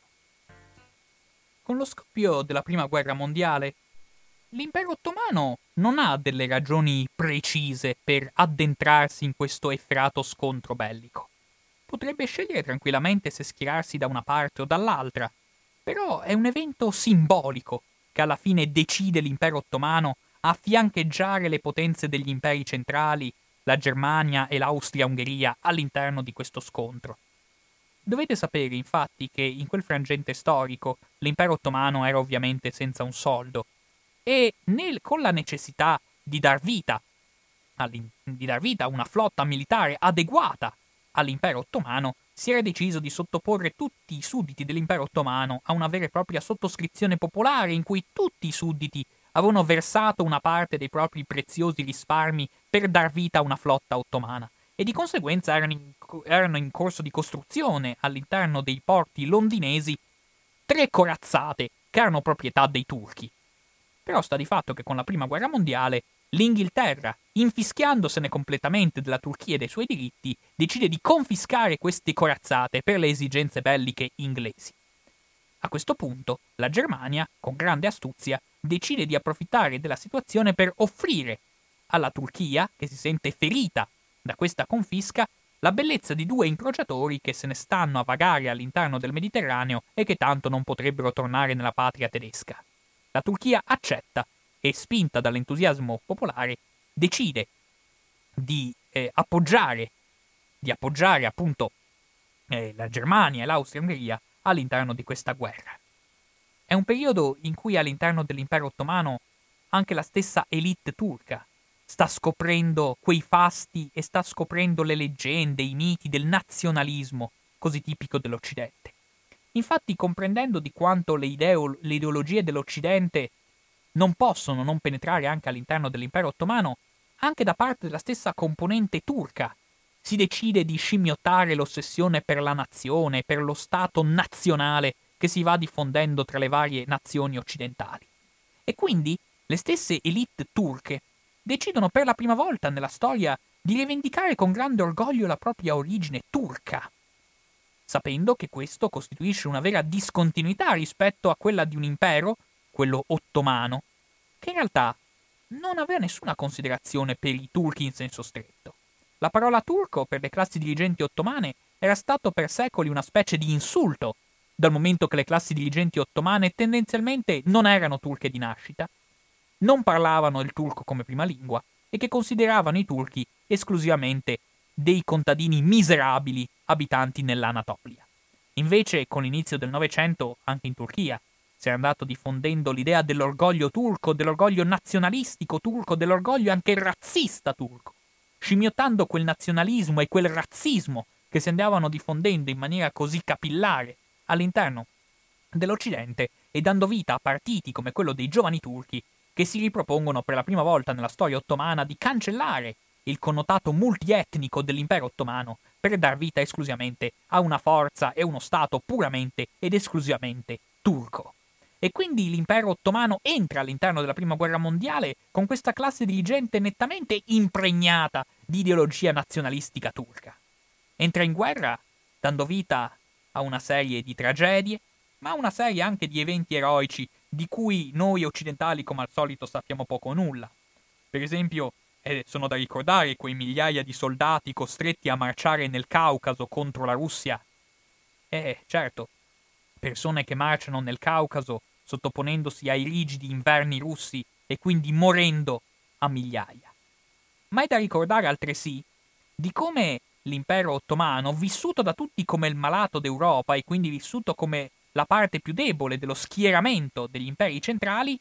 Con lo scoppio della Prima Guerra Mondiale, l'impero ottomano non ha delle ragioni precise per addentrarsi in questo efferato scontro bellico. Potrebbe scegliere tranquillamente se schierarsi da una parte o dall'altra, però è un evento simbolico che alla fine decide l'impero ottomano a fiancheggiare le potenze degli imperi centrali, la Germania e l'Austria-Ungheria, all'interno di questo scontro. Dovete sapere, infatti, che in quel frangente storico l'impero ottomano era ovviamente senza un soldo e nel- con la necessità di dar vita all'in- di dar vita a una flotta militare adeguata all'impero ottomano, si era deciso di sottoporre tutti i sudditi dell'impero ottomano a una vera e propria sottoscrizione popolare in cui tutti i sudditi avevano versato una parte dei propri preziosi risparmi per dar vita a una flotta ottomana e di conseguenza erano in, erano in corso di costruzione all'interno dei porti londinesi tre corazzate che erano proprietà dei turchi. Però sta di fatto che con la prima guerra mondiale l'Inghilterra, infischiandosene completamente della Turchia e dei suoi diritti, decide di confiscare queste corazzate per le esigenze belliche inglesi. A questo punto la Germania, con grande astuzia, decide di approfittare della situazione per offrire alla Turchia, che si sente ferita da questa confisca, la bellezza di due incrociatori che se ne stanno a vagare all'interno del Mediterraneo e che tanto non potrebbero tornare nella patria tedesca. La Turchia accetta e, spinta dall'entusiasmo popolare, decide di eh, appoggiare, di appoggiare appunto eh, la Germania e l'Austria-Ungheria all'interno di questa guerra. È un periodo in cui all'interno dell'impero ottomano anche la stessa elite turca sta scoprendo quei fasti e sta scoprendo le leggende, i miti del nazionalismo così tipico dell'Occidente. Infatti, comprendendo di quanto le, ideo- le ideologie dell'Occidente non possono non penetrare anche all'interno dell'impero ottomano, anche da parte della stessa componente turca si decide di scimmiottare l'ossessione per la nazione, per lo Stato nazionale che si va diffondendo tra le varie nazioni occidentali. E quindi le stesse elite turche decidono per la prima volta nella storia di rivendicare con grande orgoglio la propria origine turca, sapendo che questo costituisce una vera discontinuità rispetto a quella di un impero, quello ottomano, che in realtà non aveva nessuna considerazione per i turchi in senso stretto. La parola turco per le classi dirigenti ottomane era stato per secoli una specie di insulto, dal momento che le classi dirigenti ottomane tendenzialmente non erano turche di nascita, non parlavano il turco come prima lingua e che consideravano i turchi esclusivamente dei contadini miserabili abitanti nell'Anatolia. Invece, con l'inizio del Novecento, anche in Turchia, si è andato diffondendo l'idea dell'orgoglio turco, dell'orgoglio nazionalistico turco, dell'orgoglio anche razzista turco, scimmiottando quel nazionalismo e quel razzismo che si andavano diffondendo in maniera così capillare all'interno dell'Occidente e dando vita a partiti come quello dei giovani turchi che si ripropongono per la prima volta nella storia ottomana di cancellare il connotato multietnico dell'impero ottomano per dar vita esclusivamente a una forza e uno stato puramente ed esclusivamente turco. E quindi l'impero ottomano entra all'interno della prima guerra mondiale con questa classe dirigente nettamente impregnata di ideologia nazionalistica turca. Entra in guerra dando vita a una serie di tragedie, ma a una serie anche di eventi eroici di cui noi occidentali, come al solito, sappiamo poco o nulla. Per esempio, eh, sono da ricordare quei migliaia di soldati costretti a marciare nel Caucaso contro la Russia. Eh, certo, persone che marciano nel Caucaso sottoponendosi ai rigidi inverni russi e quindi morendo a migliaia. Ma è da ricordare altresì di come l'impero ottomano, vissuto da tutti come il malato d'Europa e quindi vissuto come la parte più debole dello schieramento degli imperi centrali,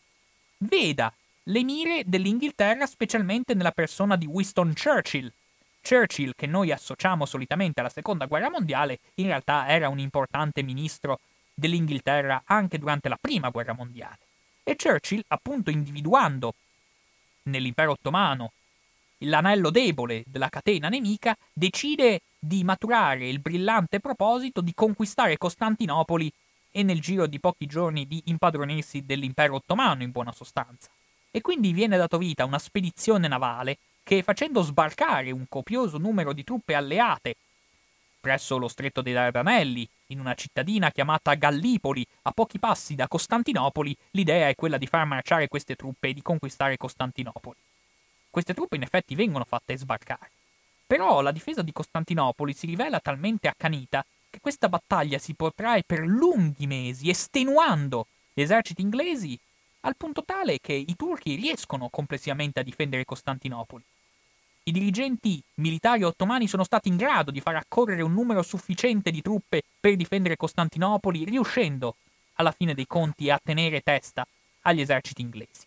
veda le mire dell'Inghilterra specialmente nella persona di Winston Churchill. Churchill, che noi associamo solitamente alla Seconda Guerra Mondiale, in realtà era un importante ministro dell'Inghilterra anche durante la Prima Guerra Mondiale. E Churchill, appunto individuando nell'impero ottomano l'anello debole della catena nemica, decide di maturare il brillante proposito di conquistare Costantinopoli e nel giro di pochi giorni di impadronirsi dell'impero ottomano, in buona sostanza. E quindi viene dato vita a una spedizione navale che, facendo sbarcare un copioso numero di truppe alleate presso lo stretto dei Dardanelli, in una cittadina chiamata Gallipoli, a pochi passi da Costantinopoli, l'idea è quella di far marciare queste truppe e di conquistare Costantinopoli. Queste truppe in effetti vengono fatte sbarcare. Però la difesa di Costantinopoli si rivela talmente accanita che questa battaglia si protrae per lunghi mesi, estenuando gli eserciti inglesi al punto tale che i turchi riescono complessivamente a difendere Costantinopoli. I dirigenti militari ottomani sono stati in grado di far accorrere un numero sufficiente di truppe per difendere Costantinopoli, riuscendo, alla fine dei conti, a tenere testa agli eserciti inglesi.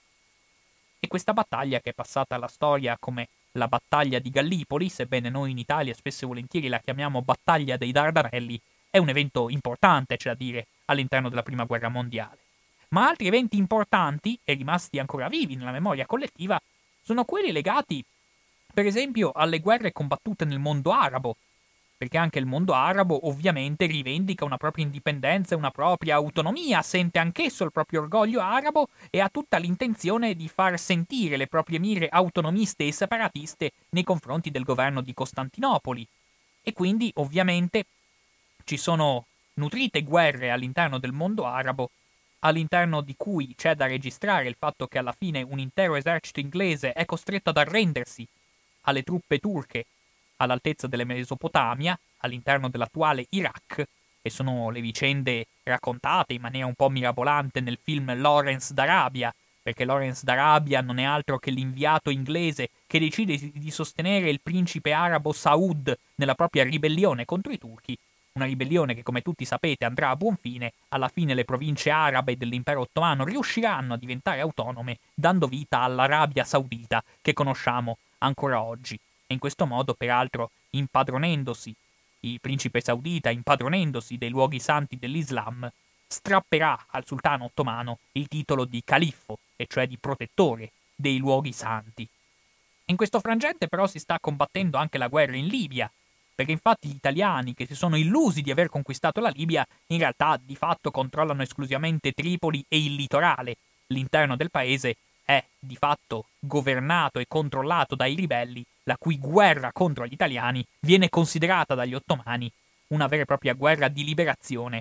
E questa battaglia, che è passata alla storia come la battaglia di Gallipoli, sebbene noi in Italia spesso e volentieri la chiamiamo battaglia dei Dardanelli, è un evento importante, c'è da dire, all'interno della Prima Guerra Mondiale. Ma altri eventi importanti, e rimasti ancora vivi nella memoria collettiva, sono quelli legati, per esempio, alle guerre combattute nel mondo arabo, perché anche il mondo arabo ovviamente rivendica una propria indipendenza e una propria autonomia, sente anch'esso il proprio orgoglio arabo e ha tutta l'intenzione di far sentire le proprie mire autonomiste e separatiste nei confronti del governo di Costantinopoli. E quindi ovviamente ci sono nutrite guerre all'interno del mondo arabo, all'interno di cui c'è da registrare il fatto che alla fine un intero esercito inglese è costretto ad arrendersi alle truppe turche all'altezza della Mesopotamia, all'interno dell'attuale Iraq, e sono le vicende raccontate in maniera un po' mirabolante nel film Lawrence d'Arabia, perché Lawrence d'Arabia non è altro che l'inviato inglese che decide di sostenere il principe arabo Saud nella propria ribellione contro i turchi, una ribellione che, come tutti sapete, andrà a buon fine. Alla fine le province arabe dell'impero ottomano riusciranno a diventare autonome, dando vita all'Arabia Saudita che conosciamo ancora oggi. E in questo modo, peraltro, impadronendosi, il principe saudita, impadronendosi dei luoghi santi dell'Islam, strapperà al sultano ottomano il titolo di califfo, e cioè di protettore dei luoghi santi. In questo frangente però si sta combattendo anche la guerra in Libia, perché infatti gli italiani, che si sono illusi di aver conquistato la Libia, in realtà di fatto controllano esclusivamente Tripoli e il litorale. L'interno del paese è di fatto governato e controllato dai ribelli, la cui guerra contro gli italiani viene considerata dagli ottomani una vera e propria guerra di liberazione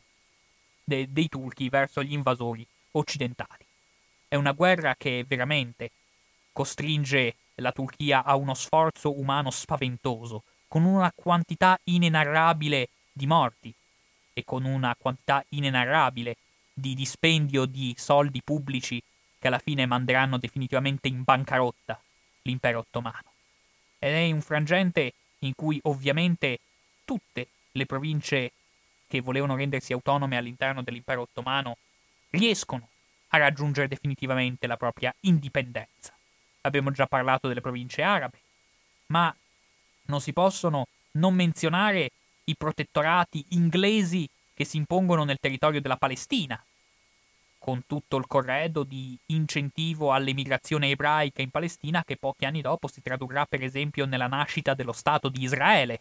de- dei turchi verso gli invasori occidentali. È una guerra che veramente costringe la Turchia a uno sforzo umano spaventoso, con una quantità inenarrabile di morti e con una quantità inenarrabile di dispendio di soldi pubblici che alla fine manderanno definitivamente in bancarotta l'impero ottomano. Ed è un frangente in cui ovviamente tutte le province che volevano rendersi autonome all'interno dell'impero ottomano riescono a raggiungere definitivamente la propria indipendenza. Abbiamo già parlato delle province arabe, ma non si possono non menzionare i protettorati inglesi che si impongono nel territorio della Palestina, con tutto il corredo di incentivo all'emigrazione ebraica in Palestina che pochi anni dopo si tradurrà per esempio nella nascita dello Stato di Israele.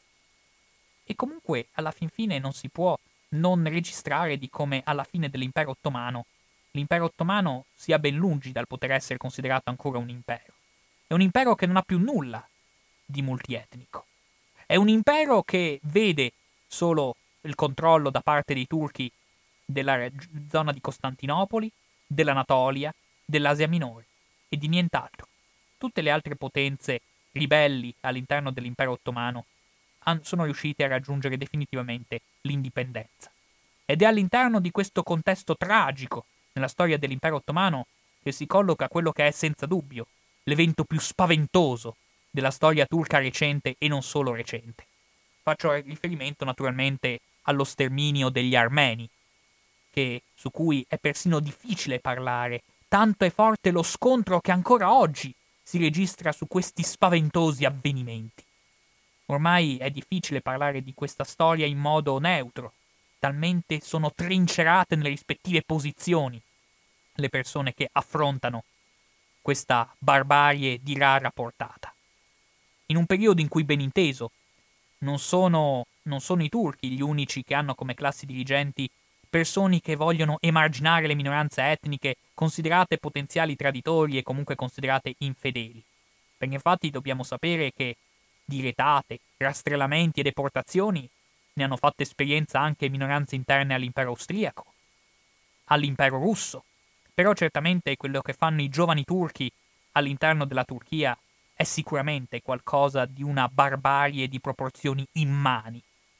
E comunque alla fin fine non si può non registrare di come alla fine dell'impero ottomano l'impero ottomano sia ben lungi dal poter essere considerato ancora un impero. È un impero che non ha più nulla di multietnico. È un impero che vede solo il controllo da parte dei turchi della zona di Costantinopoli, dell'Anatolia, dell'Asia Minore e di nient'altro. Tutte le altre potenze ribelli all'interno dell'impero ottomano sono riuscite a raggiungere definitivamente l'indipendenza. Ed è all'interno di questo contesto tragico nella storia dell'impero ottomano che si colloca quello che è senza dubbio l'evento più spaventoso della storia turca recente e non solo recente. Faccio riferimento naturalmente allo sterminio degli armeni, che, su cui è persino difficile parlare, tanto è forte lo scontro che ancora oggi si registra su questi spaventosi avvenimenti. Ormai è difficile parlare di questa storia in modo neutro, talmente sono trincerate nelle rispettive posizioni le persone che affrontano questa barbarie di rara portata. In un periodo in cui, ben inteso, non sono, non sono i turchi gli unici che hanno come classi dirigenti persone che vogliono emarginare le minoranze etniche considerate potenziali traditori e comunque considerate infedeli. Perché infatti dobbiamo sapere che di retate, rastrellamenti e deportazioni ne hanno fatto esperienza anche minoranze interne all'impero austriaco, all'impero russo. Però certamente quello che fanno i giovani turchi all'interno della Turchia è sicuramente qualcosa di una barbarie di proporzioni immani,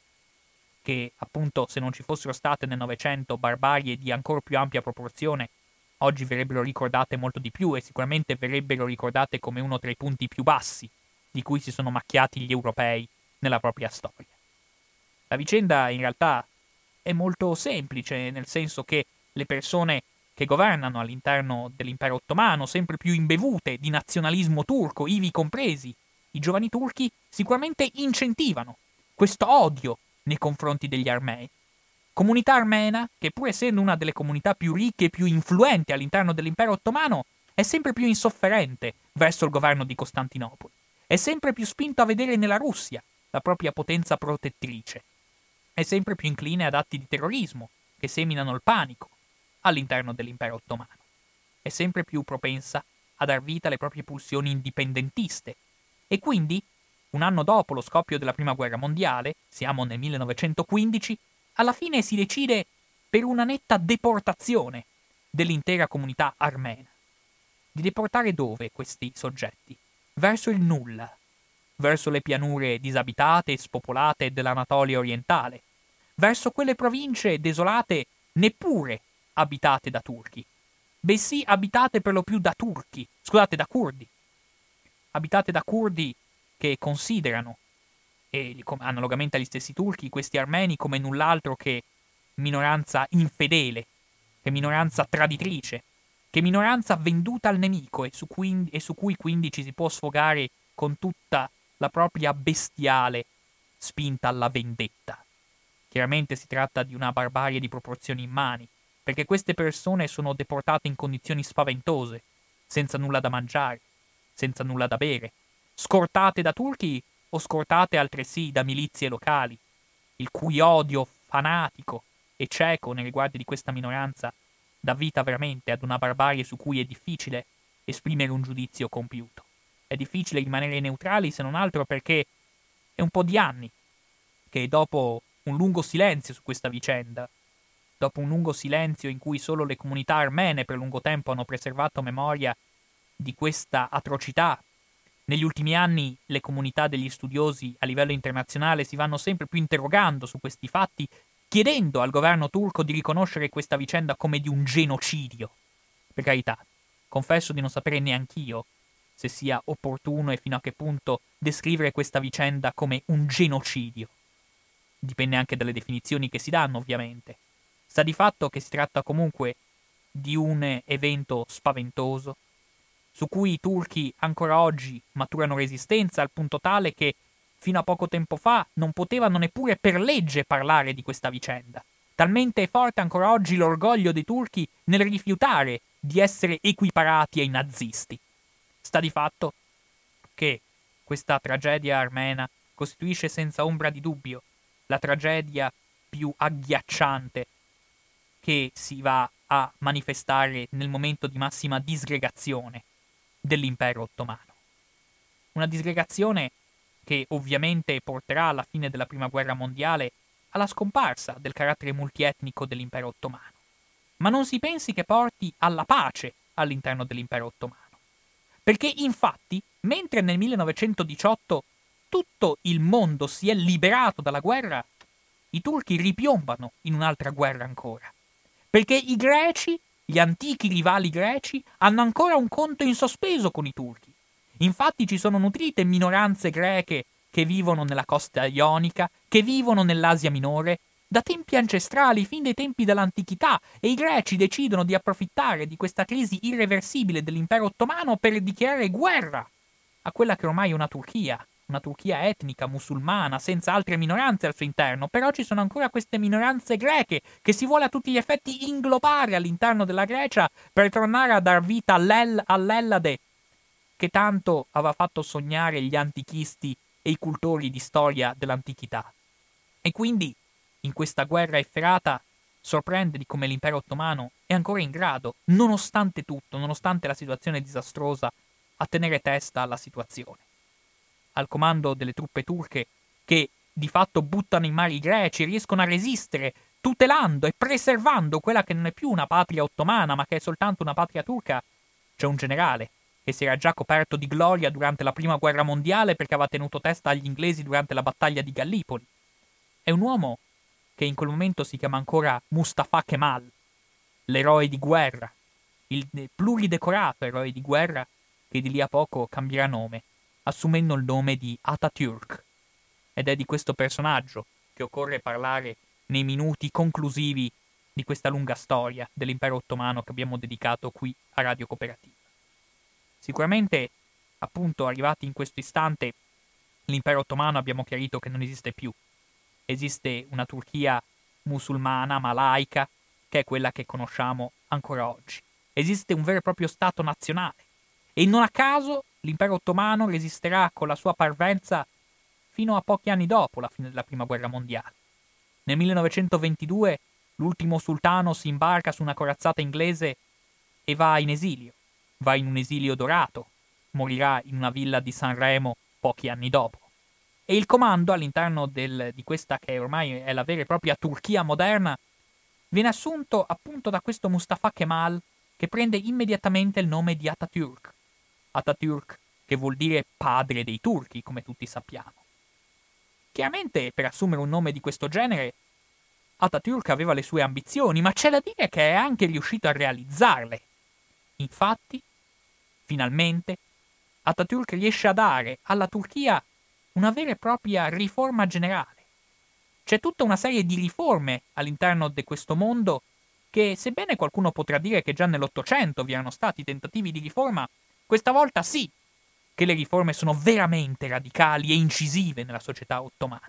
che appunto se non ci fossero state nel Novecento barbarie di ancora più ampia proporzione, oggi verrebbero ricordate molto di più e sicuramente verrebbero ricordate come uno tra i punti più bassi di cui si sono macchiati gli europei nella propria storia. La vicenda in realtà è molto semplice, nel senso che le persone che governano all'interno dell'impero ottomano, sempre più imbevute di nazionalismo turco, ivi compresi i giovani turchi, sicuramente incentivano questo odio nei confronti degli armeni. Comunità armena, che pur essendo una delle comunità più ricche e più influenti all'interno dell'impero ottomano, è sempre più insofferente verso il governo di Costantinopoli. È sempre più spinto a vedere nella Russia la propria potenza protettrice. È sempre più incline ad atti di terrorismo che seminano il panico all'interno dell'impero ottomano. È sempre più propensa a dar vita alle proprie pulsioni indipendentiste. E quindi, un anno dopo lo scoppio della Prima Guerra Mondiale, siamo nel millenovecentoquindici, alla fine si decide per una netta deportazione dell'intera comunità armena. Di deportare dove questi soggetti? Verso il nulla, verso le pianure disabitate e spopolate dell'Anatolia orientale, verso quelle province desolate neppure abitate da turchi, bensì abitate per lo più da turchi, scusate, da curdi, abitate da curdi che considerano, e analogamente agli stessi turchi, questi armeni come null'altro che minoranza infedele, che minoranza traditrice, che minoranza venduta al nemico e su, cui, e su cui quindi ci si può sfogare con tutta la propria bestiale spinta alla vendetta. Chiaramente si tratta di una barbarie di proporzioni immani, perché queste persone sono deportate in condizioni spaventose, senza nulla da mangiare, senza nulla da bere, scortate da turchi o scortate altresì da milizie locali, il cui odio fanatico e cieco nei riguardi di questa minoranza dà vita veramente ad una barbarie su cui è difficile esprimere un giudizio compiuto. È difficile rimanere neutrali se non altro perché è un po' di anni che dopo un lungo silenzio su questa vicenda, dopo un lungo silenzio in cui solo le comunità armene per lungo tempo hanno preservato memoria di questa atrocità, negli ultimi anni le comunità degli studiosi a livello internazionale si vanno sempre più interrogando su questi fatti, chiedendo al governo turco di riconoscere questa vicenda come di un genocidio. Per carità, confesso di non sapere neanch'io se sia opportuno e fino a che punto descrivere questa vicenda come un genocidio. Dipende anche dalle definizioni che si danno, ovviamente. Sta di fatto che si tratta comunque di un evento spaventoso, su cui i turchi ancora oggi maturano resistenza al punto tale che fino a poco tempo fa non potevano neppure per legge parlare di questa vicenda. Talmente è forte ancora oggi l'orgoglio dei turchi nel rifiutare di essere equiparati ai nazisti. Sta di fatto che questa tragedia armena costituisce senza ombra di dubbio la tragedia più agghiacciante che si va a manifestare nel momento di massima disgregazione dell'impero ottomano. Una disgregazione che ovviamente porterà alla fine della Prima Guerra Mondiale alla scomparsa del carattere multietnico dell'impero ottomano. Ma non si pensi che porti alla pace all'interno dell'impero ottomano. Perché infatti, mentre nel millenovecentodiciotto tutto il mondo si è liberato dalla guerra, i turchi ripiombano in un'altra guerra ancora. Perché i greci, gli antichi rivali greci, hanno ancora un conto in sospeso con i turchi. Infatti ci sono nutrite minoranze greche che vivono nella costa ionica, che vivono nell'Asia minore, da tempi ancestrali, fin dai tempi dell'antichità, e i greci decidono di approfittare di questa crisi irreversibile dell'impero ottomano per dichiarare guerra a quella che ormai è una Turchia, una Turchia etnica, musulmana, senza altre minoranze al suo interno, però ci sono ancora queste minoranze greche che si vuole a tutti gli effetti inglobare all'interno della Grecia per tornare a dar vita all'El- all'Ellade, che tanto aveva fatto sognare gli antichisti e i cultori di storia dell'antichità. E quindi, in questa guerra efferata, sorprende di come l'impero ottomano è ancora in grado, nonostante tutto, nonostante la situazione disastrosa, a tenere testa alla situazione. Al comando delle truppe turche, che di fatto buttano in mare i greci e riescono a resistere, tutelando e preservando quella che non è più una patria ottomana, ma che è soltanto una patria turca, c'è un generale che si era già coperto di gloria durante la Prima Guerra Mondiale perché aveva tenuto testa agli inglesi durante la battaglia di Gallipoli. È un uomo che in quel momento si chiama ancora Mustafa Kemal, l'eroe di guerra, il pluridecorato eroe di guerra che di lì a poco cambierà nome assumendo il nome di Atatürk. Ed è di questo personaggio che occorre parlare nei minuti conclusivi di questa lunga storia dell'impero ottomano che abbiamo dedicato qui a Radio Cooperativa. Sicuramente, appunto, arrivati in questo istante, l'impero ottomano abbiamo chiarito che non esiste più. Esiste una Turchia musulmana, ma laica, che è quella che conosciamo ancora oggi. Esiste un vero e proprio Stato nazionale. E non a caso l'impero ottomano resisterà con la sua parvenza fino a pochi anni dopo la fine della Prima Guerra Mondiale. Nel millenovecentoventidue l'ultimo sultano si imbarca su una corazzata inglese e va in esilio. Va in un esilio dorato. Morirà in una villa di Sanremo pochi anni dopo. E il comando all'interno del, di questa che ormai è la vera e propria Turchia moderna viene assunto appunto da questo Mustafa Kemal, che prende immediatamente il nome di Atatürk. Atatürk, che vuol dire padre dei turchi, come tutti sappiamo. Chiaramente, per assumere un nome di questo genere, Atatürk aveva le sue ambizioni, ma c'è da dire che è anche riuscito a realizzarle. Infatti, finalmente, Atatürk riesce a dare alla Turchia una vera e propria riforma generale. C'è tutta una serie di riforme all'interno di questo mondo che, sebbene qualcuno potrà dire che già nell'Ottocento vi erano stati tentativi di riforma, questa volta sì che le riforme sono veramente radicali e incisive nella società ottomana,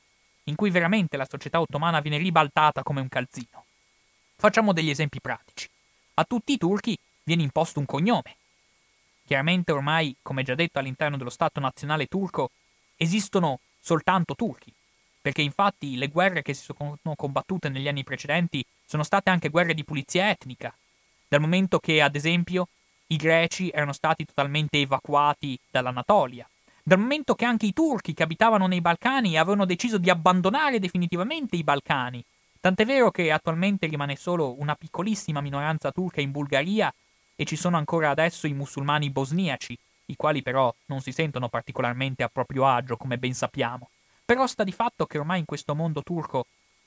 in cui veramente la società ottomana viene ribaltata come un calzino. Facciamo degli esempi pratici. A tutti i turchi viene imposto un cognome. Chiaramente ormai, come già detto, all'interno dello Stato nazionale turco esistono soltanto turchi, perché infatti le guerre che si sono combattute negli anni precedenti sono state anche guerre di pulizia etnica, dal momento che, ad esempio, i greci erano stati totalmente evacuati dall'Anatolia, dal momento che anche i turchi che abitavano nei Balcani avevano deciso di abbandonare definitivamente i Balcani, tant'è vero che attualmente rimane solo una piccolissima minoranza turca in Bulgaria e ci sono ancora adesso i musulmani bosniaci, i quali però non si sentono particolarmente a proprio agio, come ben sappiamo. Però sta di fatto che ormai in questo mondo turco,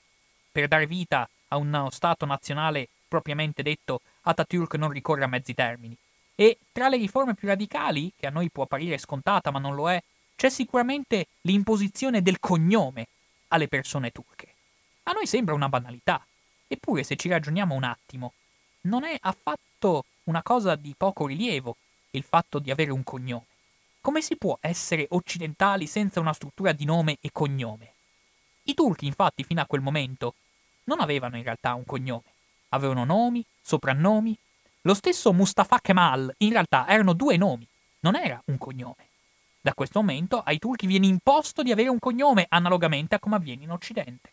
per dare vita a uno Stato nazionale propriamente detto, Atatürk non ricorre a mezzi termini. E tra le riforme più radicali, che a noi può apparire scontata ma non lo è, c'è sicuramente l'imposizione del cognome alle persone turche. A noi sembra una banalità, eppure se ci ragioniamo un attimo, non è affatto una cosa di poco rilievo il fatto di avere un cognome. Come si può essere occidentali senza una struttura di nome e cognome? I turchi, infatti, fino a quel momento, non avevano in realtà un cognome. Avevano nomi, soprannomi. Lo stesso Mustafa Kemal, in realtà, erano due nomi, non era un cognome. Da questo momento ai turchi viene imposto di avere un cognome, analogamente a come avviene in Occidente.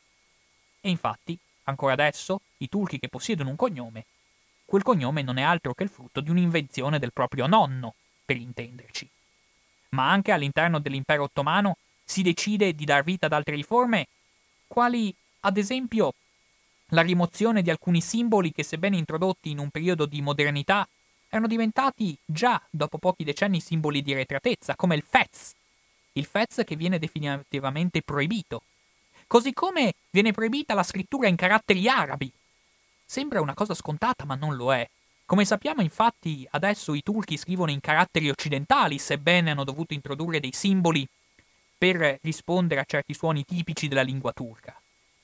E infatti, ancora adesso, i turchi che possiedono un cognome, quel cognome non è altro che il frutto di un'invenzione del proprio nonno, per intenderci. Ma anche all'interno dell'impero ottomano si decide di dar vita ad altre riforme, quali, ad esempio, la rimozione di alcuni simboli che, sebbene introdotti in un periodo di modernità, erano diventati già, dopo pochi decenni, simboli di arretratezza, come il fez. Il fez che viene definitivamente proibito. Così come viene proibita la scrittura in caratteri arabi. Sembra una cosa scontata, ma non lo è. Come sappiamo, infatti, adesso i turchi scrivono in caratteri occidentali, sebbene hanno dovuto introdurre dei simboli per rispondere a certi suoni tipici della lingua turca.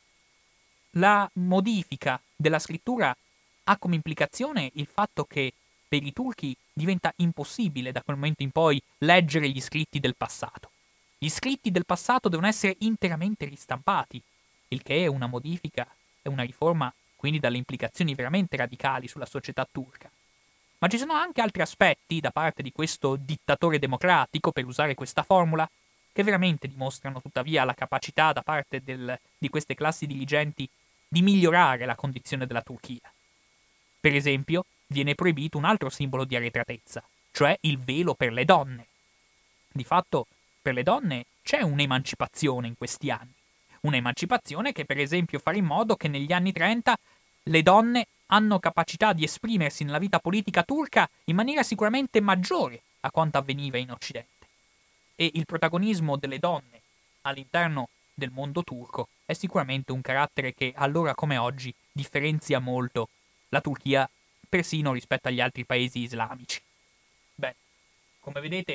La modifica della scrittura ha come implicazione il fatto che per i turchi diventa impossibile da quel momento in poi leggere gli scritti del passato. Gli scritti del passato devono essere interamente ristampati, il che è una modifica, è una riforma quindi dalle implicazioni veramente radicali sulla società turca. Ma ci sono anche altri aspetti da parte di questo dittatore democratico, per usare questa formula, che veramente dimostrano tuttavia la capacità da parte del, di queste classi dirigenti di migliorare la condizione della Turchia. Per esempio, viene proibito un altro simbolo di arretratezza, cioè il velo per le donne. Di fatto, per le donne c'è un'emancipazione in questi anni. Un'emancipazione che, per esempio, fa in modo che negli anni trenta le donne hanno capacità di esprimersi nella vita politica turca in maniera sicuramente maggiore a quanto avveniva in Occidente. E il protagonismo delle donne all'interno del mondo turco è sicuramente un carattere che, allora come oggi, differenzia molto la Turchia persino rispetto agli altri paesi islamici. Beh, come vedete,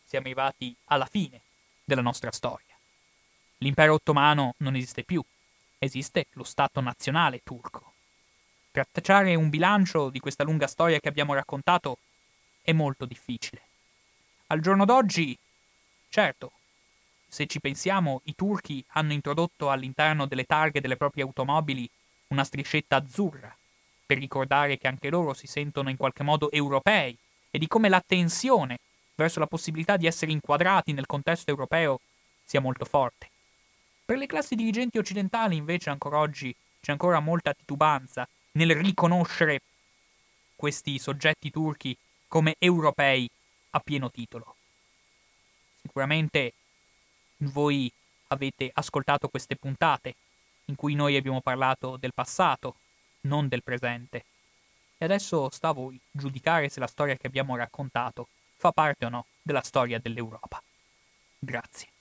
siamo arrivati alla fine della nostra storia. L'impero ottomano non esiste più, esiste lo Stato nazionale turco. Tracciare un bilancio di questa lunga storia che abbiamo raccontato è molto difficile. Al giorno d'oggi, certo, se ci pensiamo, i turchi hanno introdotto all'interno delle targhe delle proprie automobili una striscetta azzurra, per ricordare che anche loro si sentono in qualche modo europei e di come la tensione verso la possibilità di essere inquadrati nel contesto europeo sia molto forte. Per le classi dirigenti occidentali, invece, ancora oggi c'è ancora molta titubanza nel riconoscere questi soggetti turchi come europei a pieno titolo. Sicuramente voi avete ascoltato queste puntate in cui noi abbiamo parlato del passato, non del presente. E adesso sta a voi giudicare se la storia che abbiamo raccontato fa parte o no della storia dell'Europa. Grazie.